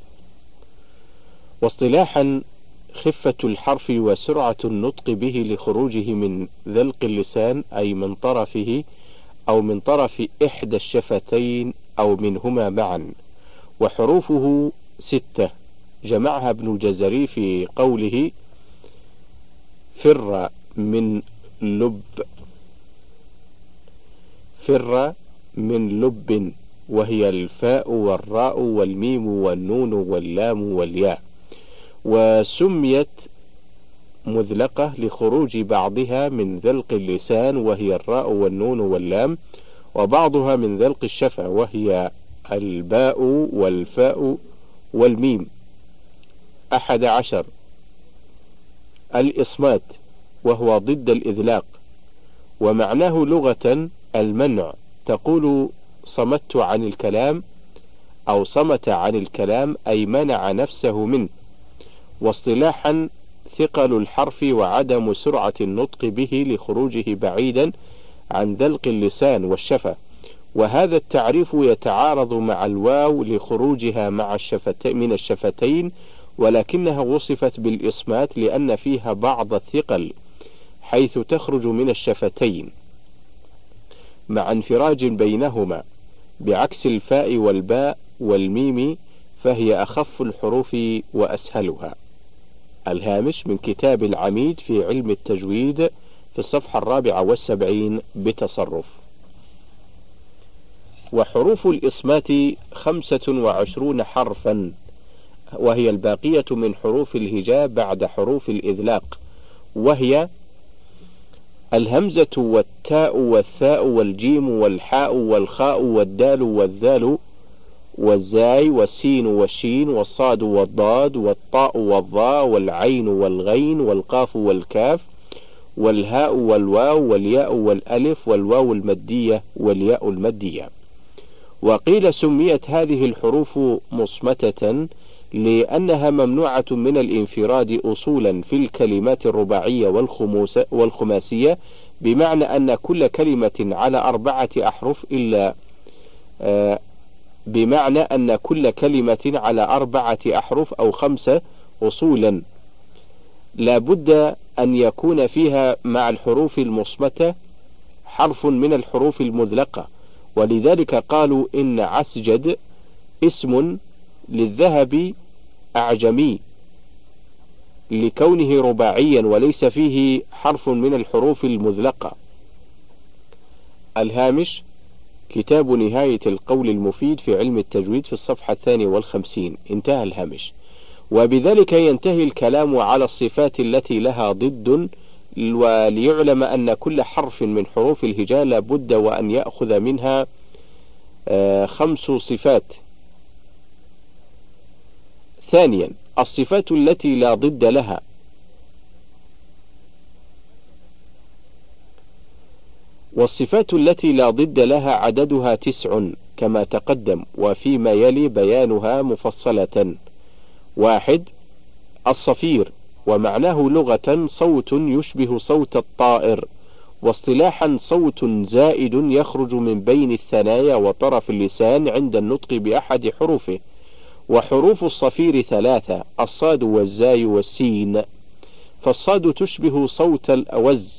واصطلاحا خفة الحرف وسرعة النطق به لخروجه من ذلق اللسان، أي من طرفه أو من طرف إحدى الشفتين أو منهما معا. وحروفه 6، جمعها ابن الجزري في قوله فر من لب، وهي الفاء والراء والميم والنون واللام والياء. وسميت مذلقة لخروج بعضها من ذلق اللسان، وهي الراء والنون واللام، وبعضها من ذلق الشفة، وهي الباء والفاء والميم. 11 الإصمات، وهو ضد الإذلاق، ومعناه لغة المنع، تقول صمت عن الكلام أو صمت عن الكلام، أي منع نفسه منه. واصطلاحا ثقل الحرف وعدم سرعة النطق به لخروجه بعيدا عن ذلق اللسان والشفة، وهذا التعريف يتعارض مع الواو لخروجها من الشفتين، ولكنها وصفت بالإصمات لأن فيها بعض الثقل حيث تخرج من الشفتين مع انفراج بينهما، بعكس الفاء والباء والميم، فهي أخف الحروف وأسهلها. الهامش من كتاب العميد في علم التجويد في الصفحة 74 بتصرف. وحروف الإصمات 25 حرفا، وهي الباقية من حروف الهجاء بعد حروف الإذلاق، وهي الهمزة والتاء والثاء والجيم والحاء والخاء والدال والذال والزاي والسين والشين والصاد والضاد والطاء والظاء والعين والغين والقاف والكاف والهاء والواو والياء والألف والواو المادية والياء المادية. وقيل سميت هذه الحروف مصمتة لأنها ممنوعة من الانفراد أصولا في الكلمات الرباعية والخماسية، بمعنى أن كل كلمة على 4 أحرف أو 5 أصولا، لا بد أن يكون فيها مع الحروف المصمتة حرف من الحروف المذلقة، ولذلك قالوا إن عسجد اسم للذهب أعجمي لكونه رباعيا وليس فيه حرف من الحروف المذلقة. الهامش: كتاب نهاية القول المفيد في علم التجويد في الصفحة 52. انتهى الهامش. وبذلك ينتهي الكلام على الصفات التي لها ضد، وليعلم أن كل حرف من حروف الهجاء لا بد وأن يأخذ منها 5 صفات. ثانيا: الصفات التي لا ضد لها. والصفات التي لا ضد لها عددها 9 كما تقدم، وفيما يلي بيانها مفصلة. 1. الصفير، ومعناه لغة صوت يشبه صوت الطائر، واصطلاحا صوت زائد يخرج من بين الثنايا وطرف اللسان عند النطق بأحد حروفه. وحروف الصفير 3: الصاد والزاي والسين. فالصاد تشبه صوت الأوز،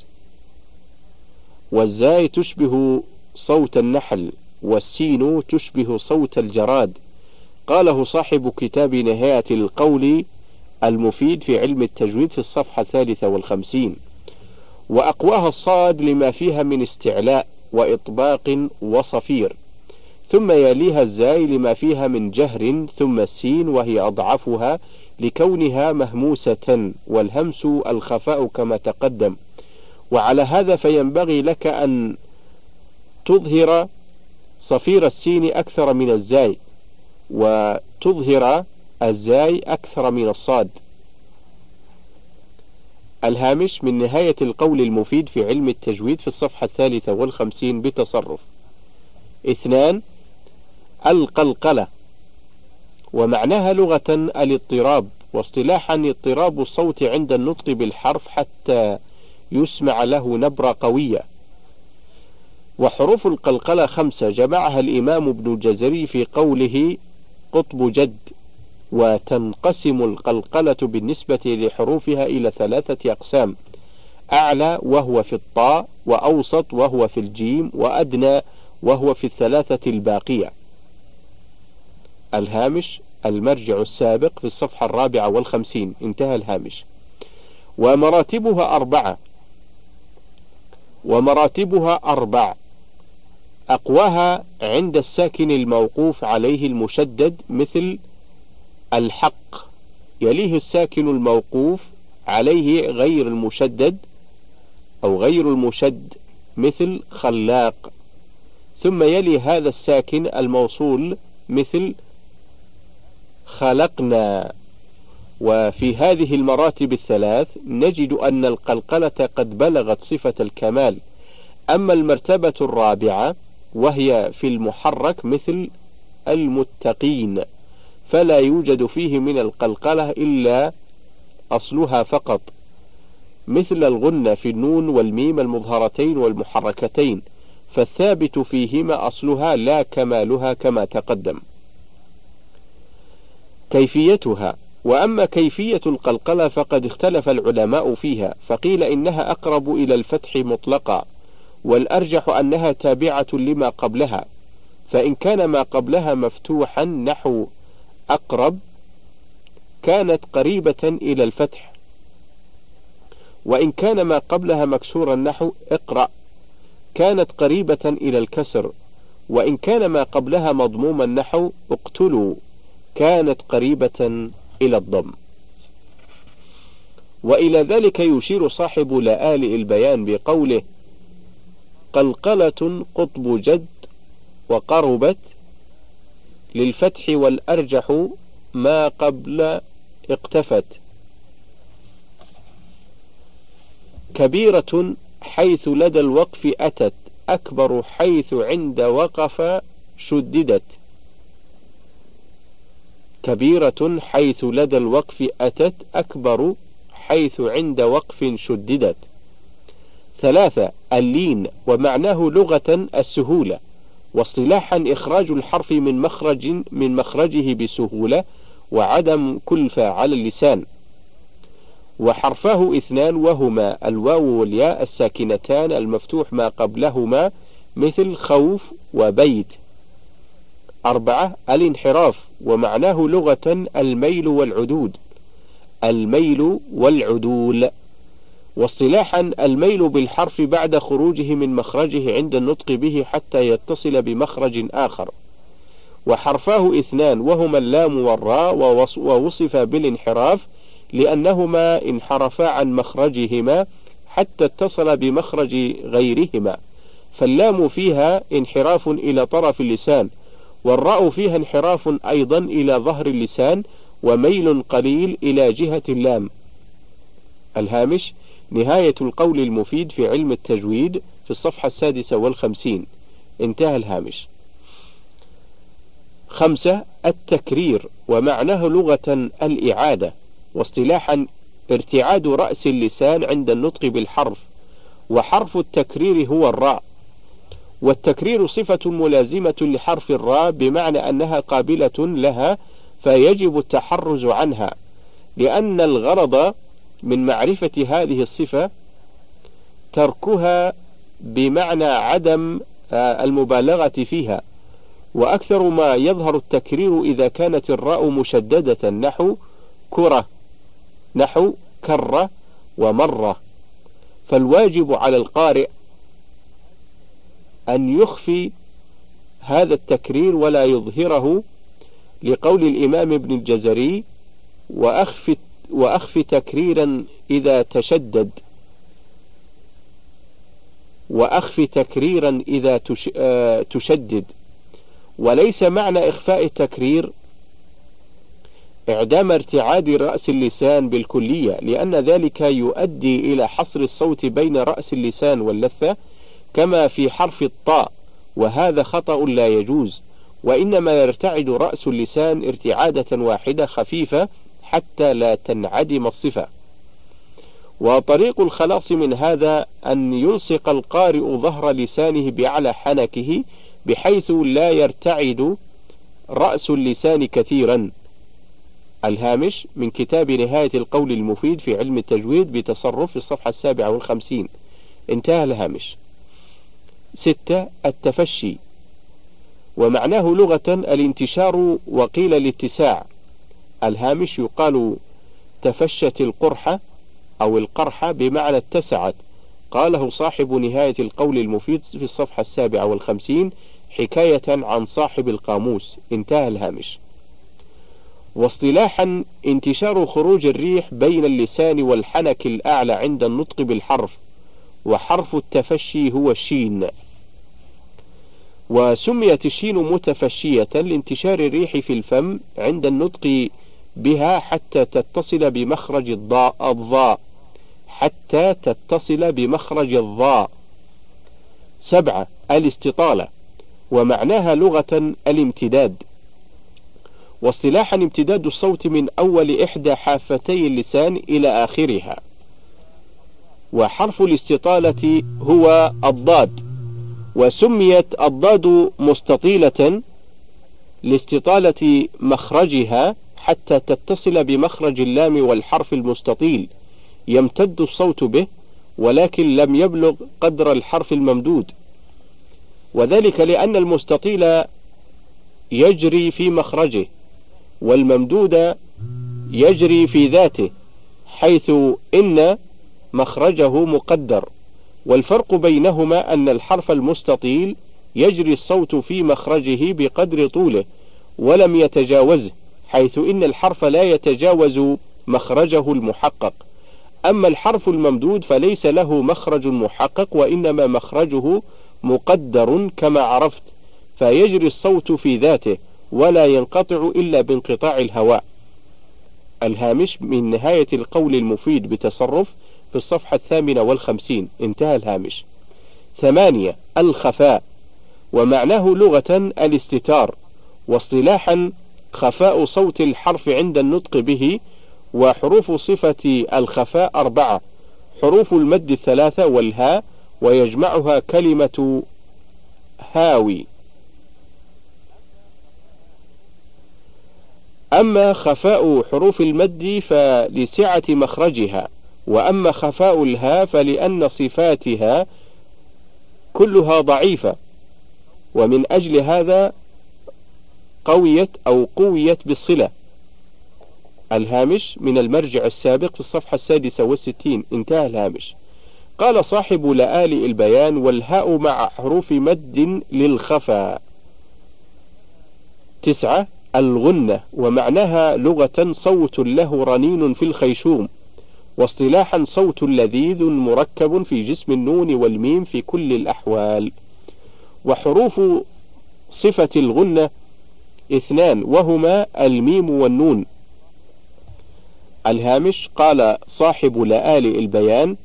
والزاي تشبه صوت النحل، والسين تشبه صوت الجراد. قاله صاحب كتاب نهاية القول المفيد في علم التجويد في الصفحة 53. وأقواها الصاد لما فيها من استعلاء وإطباق وصفير، ثم يليها الزاي لما فيها من جهر، ثم السين وهي أضعفها لكونها مهموسة، والهمس الخفاء كما تقدم. وعلى هذا فينبغي لك أن تظهر صفير السين أكثر من الزاي، وتظهر الزاي أكثر من الصاد. الهامش من نهاية القول المفيد في علم التجويد في الصفحة 53 بتصرف. 2. القلقلة، ومعناها لغة الاضطراب، واصطلاحا اضطراب الصوت عند النطق بالحرف حتى يسمع له نبرة قوية. وحروف القلقلة 5 جمعها الإمام ابن الجزري في قوله قطب جد. وتنقسم القلقلة بالنسبة لحروفها إلى 3 أقسام: أعلى وهو في الطاء، وأوسط وهو في الجيم، وأدنى وهو في 3 الباقية. الهامش المرجع السابق في الصفحة 54. انتهى الهامش. ومراتبها 4. أقواها عند الساكن الموقوف عليه المشدد مثل الحق، يليه الساكن الموقوف عليه غير المشدد أو غير المشد مثل خلاق، ثم يلي هذا الساكن الموصول مثل خلقنا. وفي هذه المراتب 3 نجد أن القلقلة قد بلغت صفة الكمال. أما المرتبة 4 وهي في المحرك مثل المتقين، فلا يوجد فيه من القلقلة إلا أصلها فقط، مثل الغنة في النون والميم المظهرتين والمحركتين، فالثابت فيهما أصلها لا كمالها كما تقدم. كيفيتها: وأما كيفية القلقلة فقد اختلف العلماء فيها، فقيل إنها أقرب إلى الفتح مطلقا، والأرجح أنها تابعة لما قبلها، فإن كان ما قبلها مفتوحا نحو أقرب كانت قريبة إلى الفتح، وإن كان ما قبلها مكسورا نحو اقرأ كانت قريبة إلى الكسر، وإن كان ما قبلها مضموما نحو اقتلوا كانت قريبة إلى الضم. وإلى ذلك يشير صاحب لآلئ البيان بقوله قلقلة قطب جد وقربت للفتح، والأرجح ما قبل اقتفت. كبيرة حيث لدى الوقف أتت، أكبر حيث عند وقف شددت. كبيرة حيث لدى الوقف أتت، أكبر حيث عند وقف شددت. 3. اللين، ومعناه لغة السهولة، واصطلاحا إخراج الحرف من مخرجه بسهولة وعدم كلفة على اللسان. وحرفاه اثنان وهما الواو والياء الساكنتان المفتوح ما قبلهما مثل خوف وبيت. 4. الانحراف، ومعناه لغة الميل والعدود، الميل والعدول. واصطلاحا الميل بالحرف بعد خروجه من مخرجه عند النطق به حتى يتصل بمخرج آخر. وحرفاه اثنان وهما اللام والراء، ووصف بالانحراف لأنهما انحرفا عن مخرجهما حتى اتصل بمخرج غيرهما، فاللام فيها انحراف إلى طرف اللسان، والراء فيها انحراف أيضا إلى ظهر اللسان، وميل قليل إلى جهة اللام. الهامش: نهاية القول المفيد في علم التجويد في الصفحة 56. انتهى الهامش. 5. التكرير، ومعناه لغة الإعادة، واصطلاحا ارتعاد رأس اللسان عند النطق بالحرف، وحرف التكرير هو الراء. والتكرير صفة ملازمة لحرف الراء بمعنى أنها قابلة لها، فيجب التحرز عنها، لأن الغرض من معرفة هذه الصفة تركها بمعنى عدم المبالغة فيها. وأكثر ما يظهر التكرير إذا كانت الراء مشددة، نحو كرة، نحو كرة ومرة. فالواجب على القارئ أن يخفي هذا التكرير ولا يظهره، لقول الإمام ابن الجزري: وأخف تكريرا إذا تشدد، وأخف تكريرا إذا تشدد. وليس معنى إخفاء التكرير إعدام ارتعاد رأس اللسان بالكلية، لأن ذلك يؤدي إلى حصر الصوت بين رأس اللسان واللثة كما في حرف الطاء، وهذا خطأ لا يجوز، وإنما يرتعد رأس اللسان ارتعادة واحدة خفيفة حتى لا تنعدم الصفة. وطريق الخلاص من هذا أن يلصق القارئ ظهر لسانه بأعلى حنكه بحيث لا يرتعد رأس اللسان كثيرا. الهامش من كتاب نهاية القول المفيد في علم التجويد بتصرف في الصفحة 57. انتهى الهامش. 6. التفشي، ومعناه لغة الانتشار وقيل الاتساع. الهامش: يقال تفشت القرحة أو القرحة بمعنى اتسعت، قاله صاحب نهاية القول المفيد في الصفحة 57 حكاية عن صاحب القاموس. انتهى الهامش. واصطلاحا انتشار خروج الريح بين اللسان والحنك الأعلى عند النطق بالحرف، وحرف التفشي هو الشين. وسميت الشين متفشية لانتشار الريح في الفم عند النطق بها حتى تتصل بمخرج الضاء، حتى تتصل بمخرج الضاء. 7. الاستطالة، ومعناها لغة الامتداد، واصطلاحا امتداد الصوت من أول إحدى حافتي اللسان إلى آخرها. وحرف الاستطالة هو الضاد، وسميت الضاد مستطيلة لاستطالة مخرجها حتى تتصل بمخرج اللام والحرف المستطيل يمتد الصوت به، ولكن لم يبلغ قدر الحرف الممدود، وذلك لأن المستطيل يجري في مخرجه، والممدود يجري في ذاته، حيث إن مخرجه مقدر. والفرق بينهما أن الحرف المستطيل يجري الصوت في مخرجه بقدر طوله ولم يتجاوزه، حيث إن الحرف لا يتجاوز مخرجه المحقق. أما الحرف الممدود فليس له مخرج محقق، وإنما مخرجه مقدر كما عرفت، فيجري الصوت في ذاته ولا ينقطع إلا بانقطاع الهواء. الهامش من نهاية القول المفيد بتصرف في الصفحة 58. انتهى الهامش. 8. الخفاء، ومعناه لغة الاستتار، واصطلاحا خفاء صوت الحرف عند النطق به. وحروف صفة الخفاء 4: حروف المد 3 والهاء، ويجمعها كلمة هاوي. أما خفاء حروف المد فلسعة مخرجها، وأما خفاء الهاء فلأن صفاتها كلها ضعيفة، ومن أجل هذا قويت بالصلة. الهامش من المرجع السابق في الصفحة 66 انتهى الهامش. قال صاحب لآلئ البيان: والهاء مع حروف مد للخفا. 9. الغنة، ومعناها لغة صوت له رنين في الخيشوم، واصطلاحا صوت لذيذ مركب في جسم النون والميم في كل الأحوال. وحروف صفة الغنة 2 وهما الميم والنون. الهامش. قال صاحب لآلئ البيان: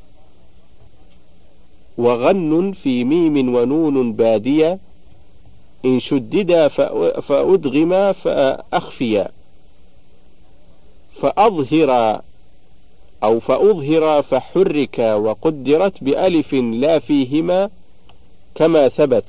وغن في ميم ونون بادية، إن شددا فأدغما فأخفيا، فأظهر فحرك، وقدرت بألف لا فيهما كما ثبت.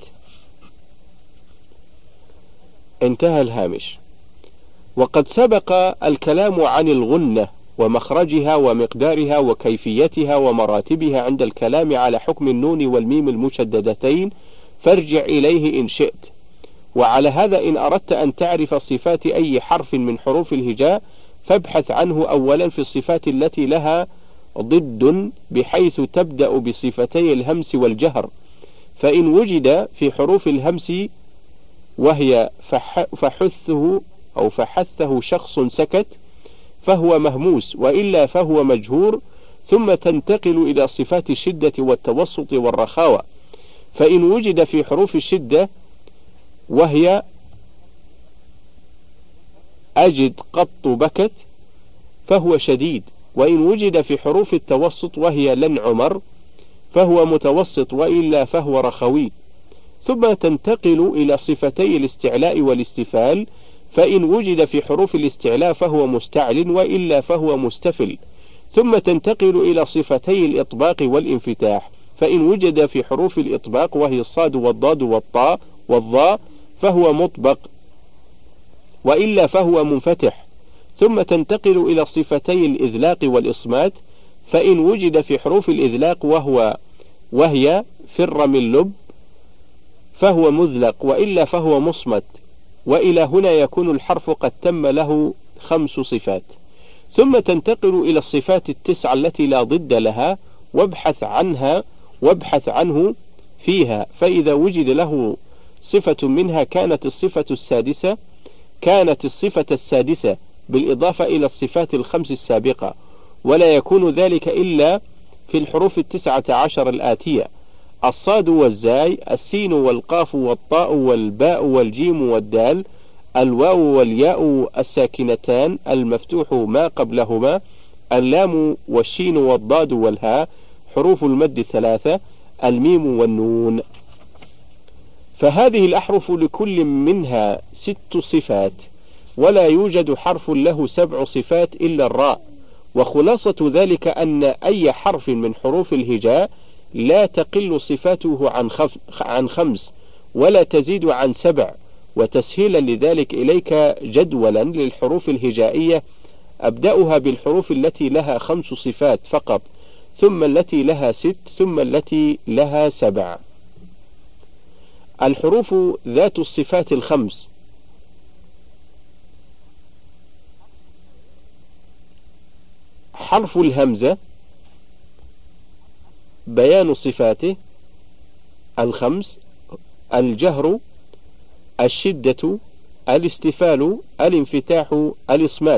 انتهى الهامش. وقد سبق الكلام عن الغنة ومخرجها ومقدارها وكيفيتها ومراتبها عند الكلام على حكم النون والميم المشددتين، فارجع إليه إن شئت. وعلى هذا إن أردت أن تعرف صفات أي حرف من حروف الهجاء فابحث عنه أولا في الصفات التي لها ضد، بحيث تبدأ بصفتي الهمس والجهر. فإن وجد في حروف الهمس وهي فحثه شخص سكت فهو مهموس، وإلا فهو مجهور. ثم تنتقل إلى صفات الشدة والتوسط والرخاوة. فإن وجد في حروف الشدة وهي أجد قط بكت فهو شديد، وإن وجد في حروف التوسط وهي لن عمر فهو متوسط، وإلا فهو رخوي. ثم تنتقل إلى صفتي الاستعلاء والاستفال. فإن وجد في حروف الاستعلاء فهو مستعل، وإلا فهو مستفل. ثم تنتقل إلى صفتي الإطباق والانفتاح. فإن وجد في حروف الإطباق وهي الصاد والضاد والطاء والظاء فهو مطبق، وإلا فهو منفتح. ثم تنتقل إلى صفتي الإذلاق والإصمات. فإن وجد في حروف الإذلاق وهي فر من لب فهو مذلق، وإلا فهو مصمت. وإلى هنا يكون الحرف قد تم له 5 صفات. ثم تنتقل إلى الصفات 9 التي لا ضد لها، وابحث عنه فيها. فإذا وجد له صفة منها كانت الصفة السادسة بالإضافة إلى الصفات 5 السابقة، ولا يكون ذلك إلا في الحروف 19 الآتية: الصاد والزاي، السين والقاف والطاء والباء والجيم والدال، الواو والياء الساكنتان المفتوح ما قبلهما، اللام والشين والضاد والهاء حروف المد 3، الميم والنون. فهذه الأحرف لكل منها 6 صفات، ولا يوجد حرف له 7 صفات إلا الراء. وخلاصة ذلك أن أي حرف من حروف الهجاء لا تقل صفاته عن 5 ولا تزيد عن 7. وتسهيلا لذلك إليك جدولا للحروف الهجائية أبدأها بالحروف التي لها 5 صفات فقط، ثم التي لها 6، ثم التي لها 7. الحروف ذات الصفات 5: حرف الهمزة بيان صفاته 5: الجهر، الشدة، الاستفال، الانفتاح، الإصمات.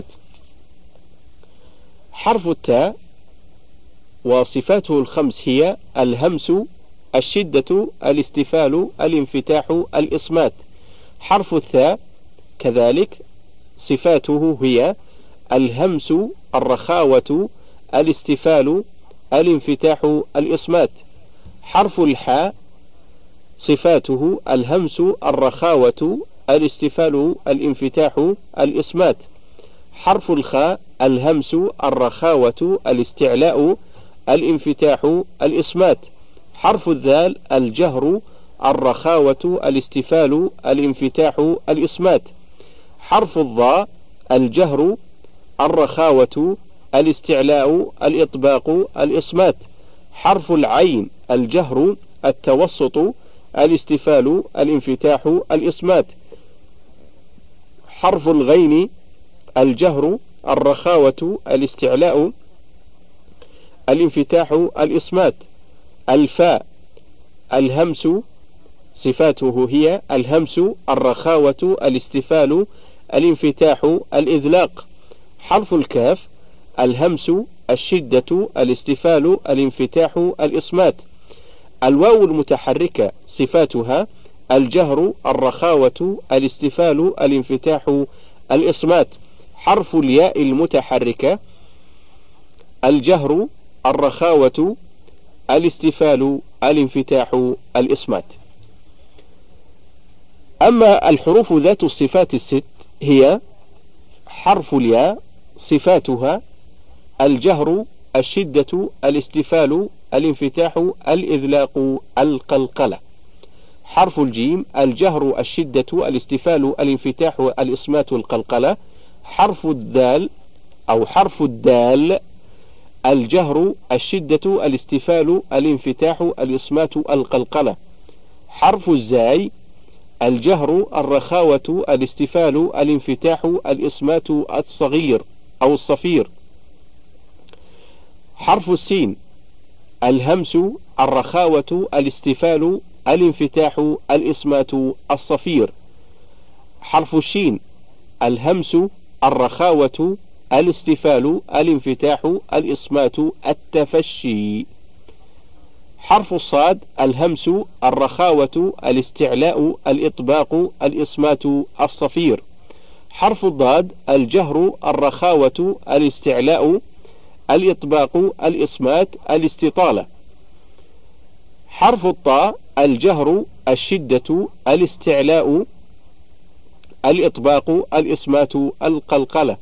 حرف التاء وصفاته 5 هي الهمس، الشدة، الاستفال، الانفتاح، الإصمات. حرف الثاء كذلك صفاته هي الهمس، الرخاوة، الاستفال، الانفتاح، الإصمات. حرف الحاء صفاته الهمس، الرخاوة، الاستفال، الانفتاح، الإصمات. حرف الخاء الهمس، الرخاوة، الاستعلاء، الانفتاح، الإصمات. حرف الذال الجهر، الرخاوة، الاستفال، الانفتاح، الإصمات. حرف الضاء الجهر، الرخاوة، الاستعلاء، الإطباق، الإصمات. حرف العين الجهر، التوسط، الاستفال، الانفتاح، الإصمات. حرف الغين الجهر، الرخاوة، الاستعلاء، الانفتاح، الإصمات. الفاء الهمس، صفاته هي الهمس، الرخاوة، الاستفال، الانفتاح، الإذلاق. حرف الكاف الهمس، الشدة، الاستفال، الانفتاح، الإصمات. الواو المتحركة صفاتها الجهر، الرخاوة، الاستفال، الانفتاح، الإصمات. حرف الياء المتحركة الجهر، الرخاوة، الاستفال، الانفتاح، الإصمات. أما الحروف ذات الصفات الست هي حرف الياء صفاتها الجهر، الشدة، الاستفال، الانفتاح، الإذلاق، القلقلة. حرف الجيم الجهر، الشدة، الاستفال، الانفتاح، الإصمات، القلقلة. حرف الدال أو حرف الدال الجهر، الشدة، الاستفال، الانفتاح، الإصمات، القلقلة. حرف الزاي الجهر، الرخاوة، الاستفال، الانفتاح، الإصمات، الصغير أو الصفير. حرف السين الهمس، الرخاوة، الاستفال، الانفتاح، الإصمات، الصفير. حرف الشين الهمس، الرخاوة، الاستفال، الانفتاح، الإصمات، التفشي. حرف الصاد الهمس، الرخاوة، الاستعلاء، الإطباق، الإصمات، الصفير. حرف الضاد الجهر، الرخاوة، الاستعلاء، الإطباق، الإصمات، الاستطالة. حرف الطاء الجهر، الشدة، الاستعلاء، الإطباق، الإصمات، القلقلة.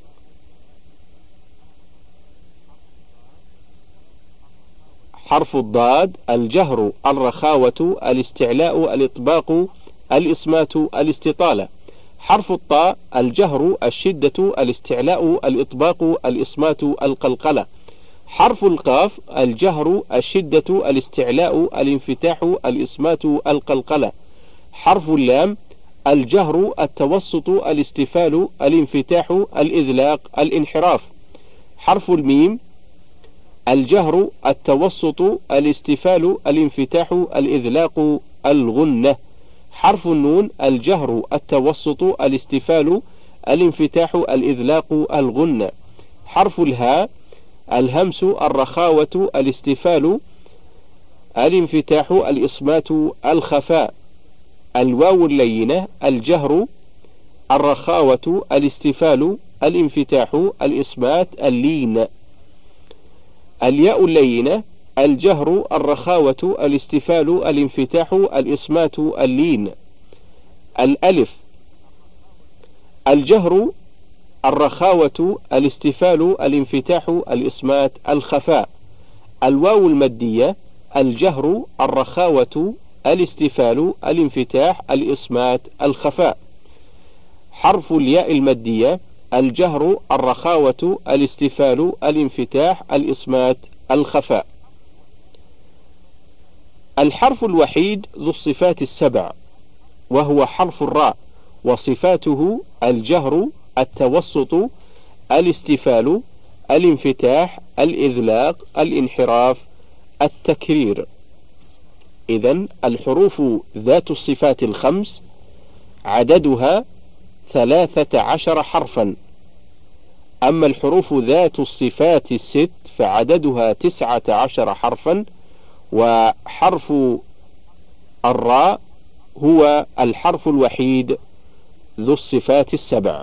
حرف الضاد الجهر، الرخاوة، الاستعلاء، الإطباق، الإصمات، الاستطالة. حرف الطاء الجهر، الشدة، الاستعلاء، الإطباق، الإصمات، القلقلة. حرف القاف الجهر، الشدة، الاستعلاء، الانفتاح، الإصمات، القلقلة. حرف اللام الجهر، التوسط، الاستفال، الانفتاح، الإذلاق، الانحراف. حرف الميم الجهر، التوسط، الاستفال، الانفتاح، الإذلاق، الغنة. حرف النون الجهر، التوسط، الاستفال، الانفتاح، الإذلاق، الغنة. حرف الهاء الهمس، الرخاوة، الاستفال، الانفتاح، الإصمات، الخفاء. الواو اللينة الجهر، الرخاوة، الاستفال، الانفتاح، الإصمات، اللين. الياء اللينة الجهر، الرخاوة، الاستفال، الانفتاح، الإصمات، اللين. الألف الجهر، الرخاوة، الاستفال، الانفتاح، الإصمات، الخفاء. الواو المادية الجهر، الرخاوة، الاستفال، الانفتاح، الإصمات، الخفاء. حرف الياء المادية الجهر، الرخاوة، الاستفال، الانفتاح، الإصمات، الخفاء. الحرف الوحيد ذو الصفات السبع وهو حرف الراء، وصفاته الجهر، التوسط، الاستفال، الانفتاح، الإذلاق، الانحراف، التكرير. إذن الحروف ذات الصفات الخمس عددها 13 حرفا. أما الحروف ذات الصفات الست فعددها 19 حرفا، وحرف الراء هو الحرف الوحيد ذو الصفات السبع.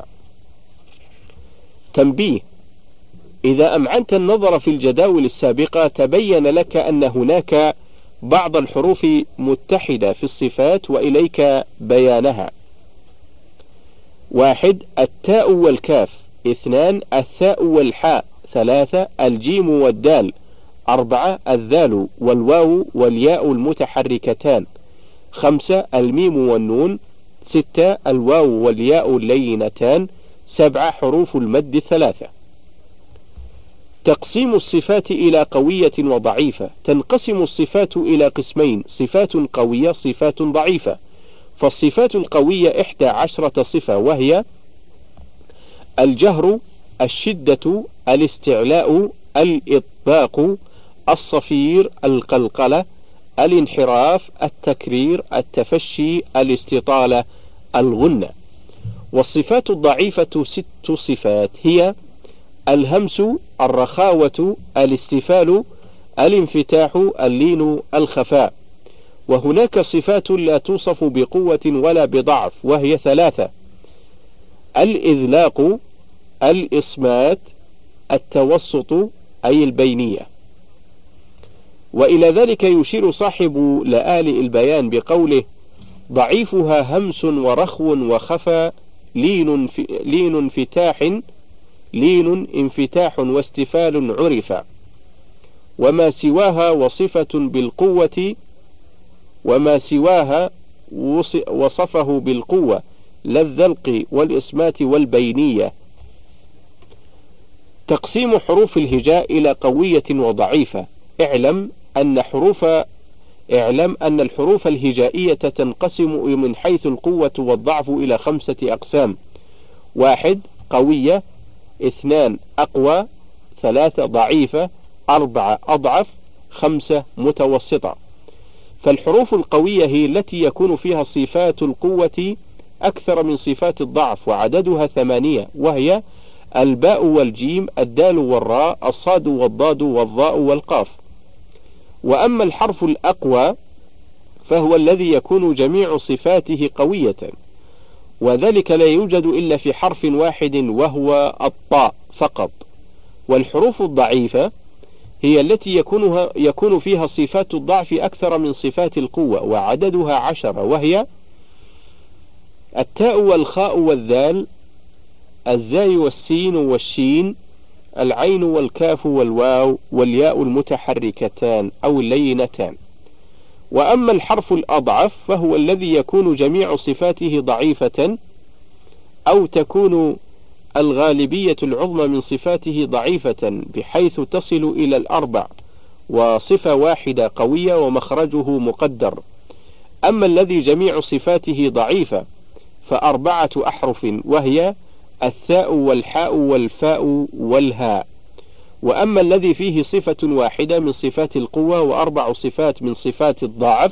تنبيه: إذا أمعنت النظر في الجداول السابقة تبين لك أن هناك بعض الحروف متحدة في الصفات وإليك بيانها. 1. التاء والكاف. 2. الثاء والحاء. 3. الجيم والدال. 4. الذال والواو والياء المتحركتان. 5. الميم والنون. 6. الواو والياء اللينتان. 7 حروف المد 3. تقسيم الصفات إلى قوية وضعيفة. تنقسم الصفات إلى قسمين: صفات قوية، صفات ضعيفة. فالصفات القوية 11 صفة، وهي: الجهر، الشدة، الاستعلاء، الإطباق، الصفير، القلقلة، الانحراف، التكرير، التفشي، الاستطالة، الغنة. والصفات الضعيفة 6 صفات، هي: الهمس، الرخاوة، الاستفال، الانفتاح، اللين، الخفاء. وهناك صفات لا توصف بقوة ولا بضعف، وهي 3: الإذلاق، الإصمات، التوسط أي البينية. وإلى ذلك يشير صاحب لآل البيان بقوله: ضعيفها همس ورخو وخفى، لين انفتاح واستفال عرفا. وما سواها وصفة بالقوة، وما سواها وصفه بالقوة للذلق والإصمات والبينية. تقسيم حروف الهجاء إلى قوية وضعيفة. اعلم أن الحروف الهجائية تنقسم من حيث القوة والضعف إلى 5 أقسام: 1 قوية، 2 أقوى، 3 ضعيفة، 4 أضعف، 5 متوسطة. فالحروف القوية هي التي يكون فيها صفات القوة أكثر من صفات الضعف، وعددها 8، وهي: الباء والجيم، الدال والراء، الصاد والضاد والضاء والقاف. وأما الحرف الأقوى فهو الذي يكون جميع صفاته قوية، وذلك لا يوجد إلا في حرف واحد وهو الطاء فقط. والحروف الضعيفة هي التي يكون فيها صفات الضعف أكثر من صفات القوة، وعددها 10، وهي: التاء والخاء والذال، الزاي والسين والشين، العين والكاف والواو، والياء المتحركتان أو اللينتان. وأما الحرف الأضعف فهو الذي يكون جميع صفاته ضعيفة، أو تكون الغالبية العظمى من صفاته ضعيفة بحيث تصل إلى 4، وصفة واحدة قوية ومخرجه مقدر. أما الذي جميع صفاته ضعيفة ف4 أحرف، وهي: الثاء والحاء والفاء والهاء. وأما الذي فيه صفة واحدة من صفات القوة و4 صفات من صفات الضعف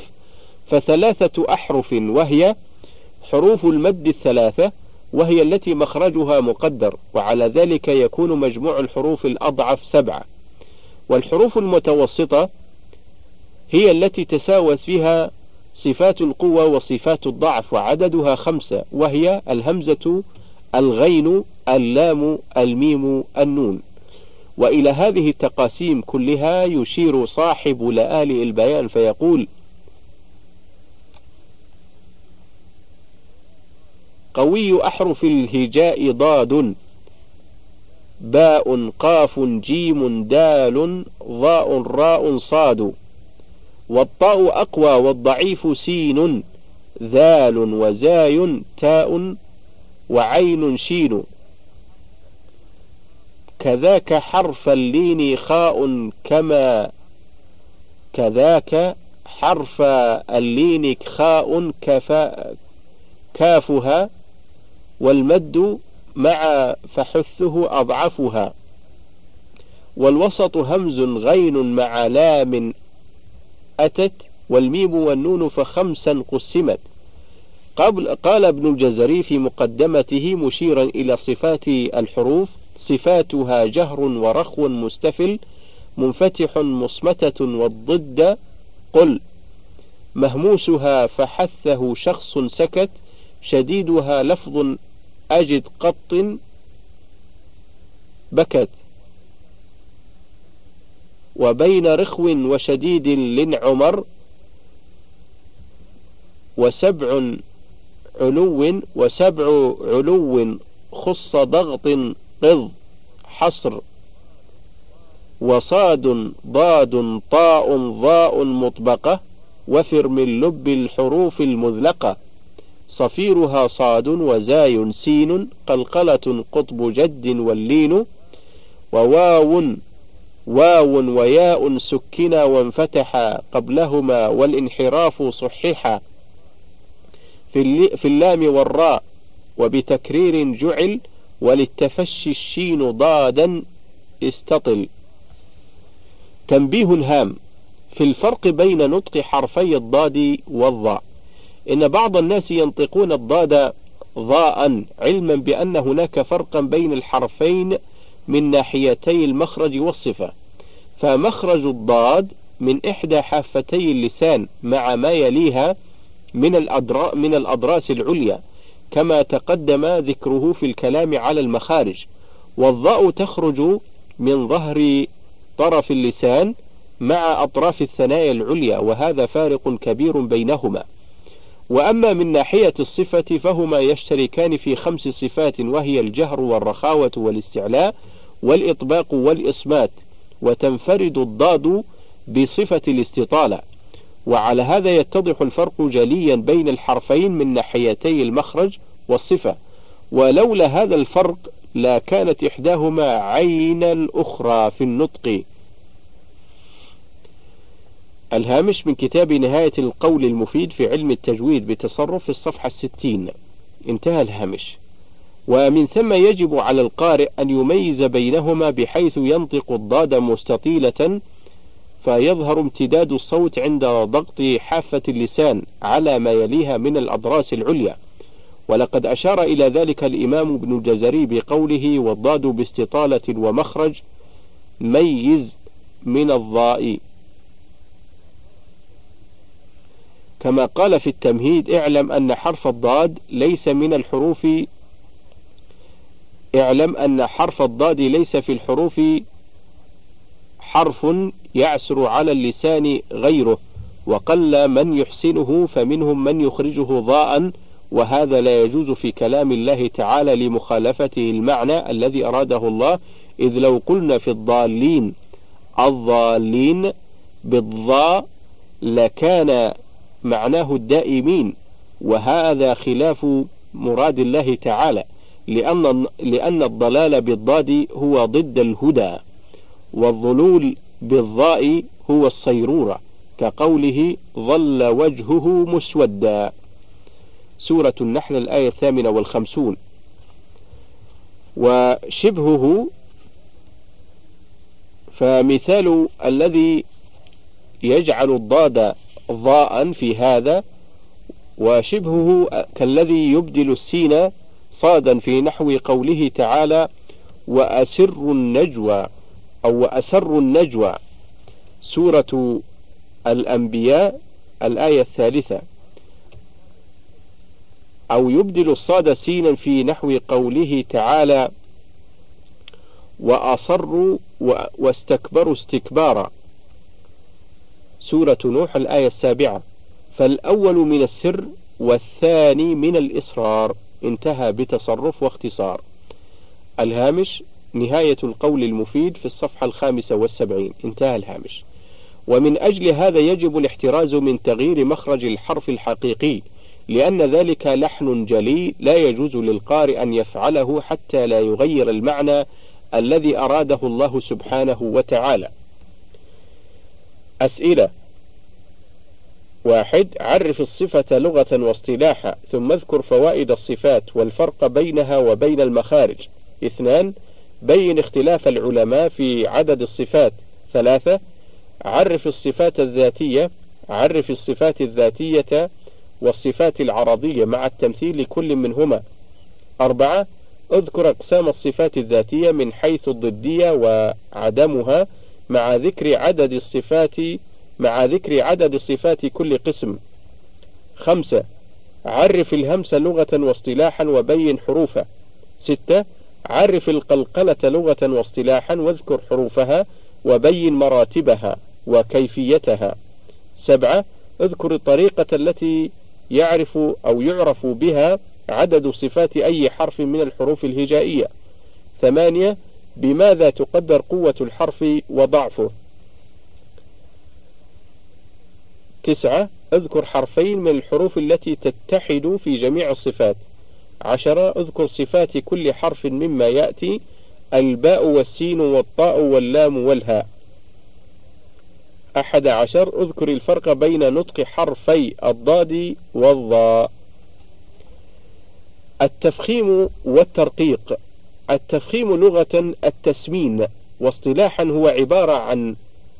ف3 أحرف، وهي: حروف المد 3، وهي التي مخرجها مقدر، وعلى ذلك يكون مجموع الحروف الأضعف 7. والحروف المتوسطة هي التي تساوت فيها صفات القوة وصفات الضعف، وعددها 5، وهي: الهمزة، الغين، اللام، الميم، النون. وإلى هذه التقاسيم كلها يشير صاحب لآل البيان فيقول: قوي أحرف الهجاء ضاد، باء، قاف، جيم، دال، ضاء، راء، صاد. والطاء أقوى، والضعيف سين، ذال، وزاي، تاء، وعين، شين. كذاك حرف اللين خاء، كذاك حرف اللين خاء كافها، والمد مع فحثه أضعفها. والوسط همز غين مع لام أتت، والميم والنون ف5 قسمت. قال ابن الجزري في مقدمته مشيرا إلى صفات الحروف: صفاتها جهر ورخو مستفل، منفتح مصمتة، والضد قل. مهموسها فحثه شخص سكت، شديدها لفظ أجد قط بكت. وبين رخو وشديد لنعمر، وسبع علو خص ضغط قض حصر. وصاد ضاد طاء ضاء مطبقة، وفر من لب الحروف المذلقة. صفيرها صاد وزاي سين قلقلة قطب جد واللين واو وياء سكنا وانفتحا قبلهما والانحراف صححا في اللام والراء وبتكرير جعل وللتفشي الشين ضادا استطل. تنبيه هام في الفرق بين نطق حرفي الضاد والضاء. إن بعض الناس ينطقون الضاد ضاء علما بأن هناك فرقا بين الحرفين من ناحيتي المخرج والصفة، فمخرج الضاد من إحدى حافتي اللسان مع ما يليها من الأضراس العليا كما تقدم ذكره في الكلام على المخارج، والضاء تخرج من ظهر طرف اللسان مع أطراف الثنايا العليا، وهذا فارق كبير بينهما. وأما من ناحية الصفة فهما يشتركان في 5 صفات، وهي الجهر والرخاوة والاستعلاء والإطباق والإصمات، وتنفرد الضاد بصفة الاستطالة. وعلى هذا يتضح الفرق جليا بين الحرفين من ناحيتي المخرج والصفة، ولولا هذا الفرق لا كانت إحداهما عينا الأخرى في النطق. الهامش من كتاب نهاية القول المفيد في علم التجويد بتصرف في الصفحة 60. انتهى الهامش. ومن ثم يجب على القارئ أن يميز بينهما بحيث ينطق الضاد مستطيلة فيظهر امتداد الصوت عند ضغط حافة اللسان على ما يليها من الأضراس العليا، ولقد أشار إلى ذلك الإمام ابن الجزري بقوله والضاد باستطالة ومخرج ميز من الضاء، كما قال في التمهيد اعلم أن حرف الضاد ليس في الحروف حرف يعسر على اللسان غيره، وقل من يحسنه فمنهم من يخرجه ضاء، وهذا لا يجوز في كلام الله تعالى لمخالفته المعنى الذي أراده الله، إذ لو قلنا في الضالين بالضاء لكان معناه الدائمين، وهذا خلاف مراد الله تعالى، لأن الضلال بالضاد هو ضد الهدى، والضلول بالضاء هو الصيرورة، كقوله ظل وجهه مسودا. سورة النحل الآية 58. وشبهه فمثال الذي يجعل الضاد ضاء في هذا، وشبهه كالذي يبدل السين صادا في نحو قوله تعالى وأسر النجوى سورة الأنبياء الآية 3، أو يبدل الصاد سينا في نحو قوله تعالى وأصروا واستكبروا استكبارا سورة نوح الآية 7. فالأول من السر والثاني من الإصرار. انتهى بتصرف واختصار. الهامش نهاية القول المفيد في الصفحة 75. انتهى الهامش. ومن أجل هذا يجب الاحتراز من تغيير مخرج الحرف الحقيقي، لأن ذلك لحن جلي لا يجوز للقارئ أن يفعله حتى لا يغير المعنى الذي أراده الله سبحانه وتعالى. أسئلة: 1. عرف الصفة لغة واصطلاحا، ثم اذكر فوائد الصفات والفرق بينها وبين المخارج. 2. بين اختلاف العلماء في عدد الصفات. 3. عرف الصفات الذاتية والصفات العرضية مع التمثيل لكل منهما. 4. اذكر أقسام الصفات الذاتية من حيث الضدية وعدمها مع ذكر عدد صفات كل قسم. 5. عرف الهمس لغة واصطلاحا وبين حروفه. 6. عرف القلقلة لغة واصطلاحا واذكر حروفها وبين مراتبها وكيفيتها. 7. اذكر الطريقة التي يعرف بها عدد صفات أي حرف من الحروف الهجائية. 8. بماذا تقدر قوة الحرف وضعفه. 9. اذكر حرفين من الحروف التي تتحد في جميع الصفات. 10 اذكر صفات كل حرف مما يأتي: الباء والسين والطاء واللام والهاء. 11 اذكر الفرق بين نطق حرفي الضاد والضاء. التفخيم والترقيق. التفخيم لغة التسمين، واصطلاحا هو عبارة عن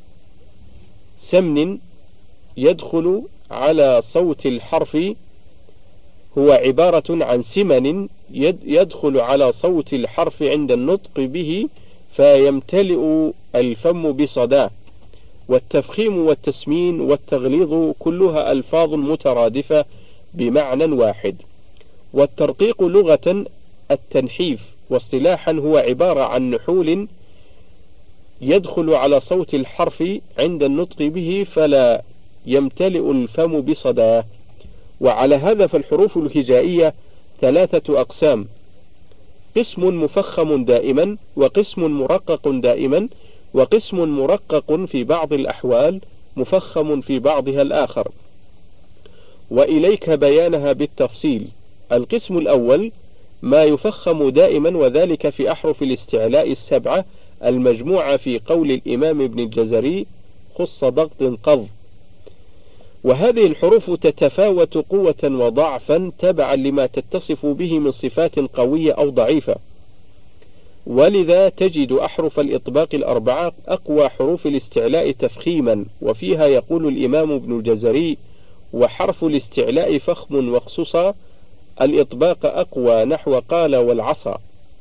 سمن يدخل على صوت الحرف هو عبارة عن سمن يدخل على صوت الحرف عند النطق به فيمتلئ الفم بصداه. والتفخيم والتسمين والتغليظ كلها ألفاظ مترادفة بمعنى واحد. والترقيق لغة التنحيف، واصطلاحا هو عبارة عن نحول يدخل على صوت الحرف عند النطق به فلا يمتلئ الفم بصداه. وعلى هذا فالحروف الهجائية 3 أقسام: قسم مفخم دائما، وقسم مرقق دائما، وقسم مرقق في بعض الأحوال مفخم في بعضها الآخر. وإليك بيانها بالتفصيل. القسم الأول ما يفخم دائما، وذلك في أحرف الاستعلاء 7 المجموعة في قول الإمام ابن الجزري: خص ضغط قض. وهذه الحروف تتفاوت قوة وضعفا تبعا لما تتصف به من صفات قوية أو ضعيفة، ولذا تجد أحرف الإطباق 4 أقوى حروف الاستعلاء تفخيما. وفيها يقول الإمام ابن الجزري: وحرف الاستعلاء فخم وخصوصا، الإطباق أقوى نحو قال والعصا،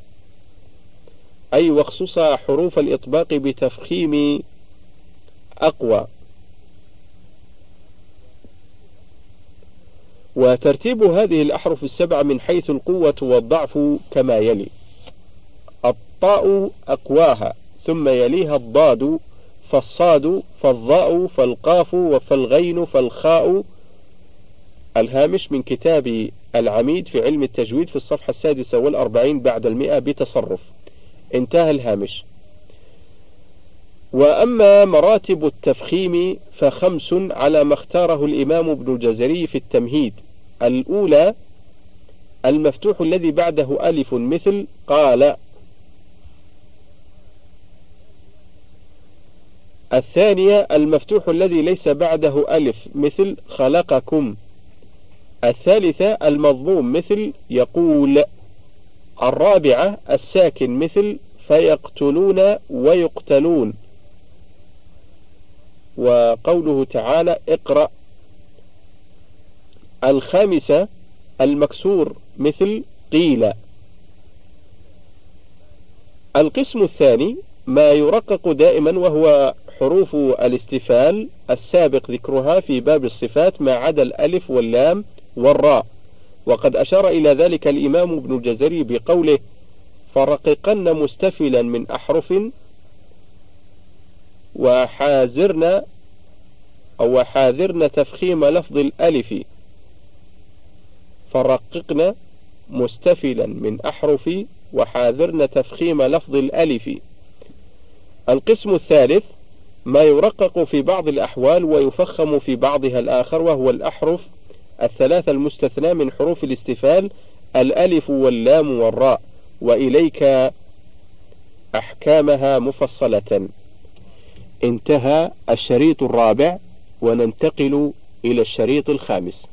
أي وخصوصا حروف الإطباق بتفخيم أقوى. وترتيب هذه الأحرف 7 من حيث القوة والضعف كما يلي: الطاء أقواها، ثم يليها الضاد، فالصاد، فالضاء، فالقاف، فالغين، فالخاء. الهامش من كتاب العميد في علم التجويد في الصفحة 46 بعد 100 بتصرف. انتهى الهامش. وأما مراتب التفخيم ف5 على ما اختاره الإمام ابن الجزري في التمهيد: الأولى المفتوح الذي بعده ألف مثل قال. الثانية المفتوح الذي ليس بعده ألف مثل خلقكم. الثالثة المضموم مثل يقول. الرابعة الساكن مثل فيقتلون ويقتلون، وقوله تعالى اقرأ. الخامسة المكسور مثل قيل. القسم الثاني ما يرقق دائما، وهو حروف الاستفال السابق ذكرها في باب الصفات ما عدا الألف واللام والراء. وقد أشار إلى ذلك الإمام ابن الجزري بقوله: فرققن مستفلا من أحرف وحاذرن تفخيم لفظ الألف. فرققن مستفلا من أحرف وحاذرن تفخيم لفظ الألف. القسم الثالث ما يرقق في بعض الأحوال ويفخم في بعضها الآخر، وهو الأحرف 3 المستثنى من حروف الاستفال: الألف واللام والراء. وإليك أحكامها مفصلة. انتهى الشريط الرابع، وننتقل إلى الشريط الخامس.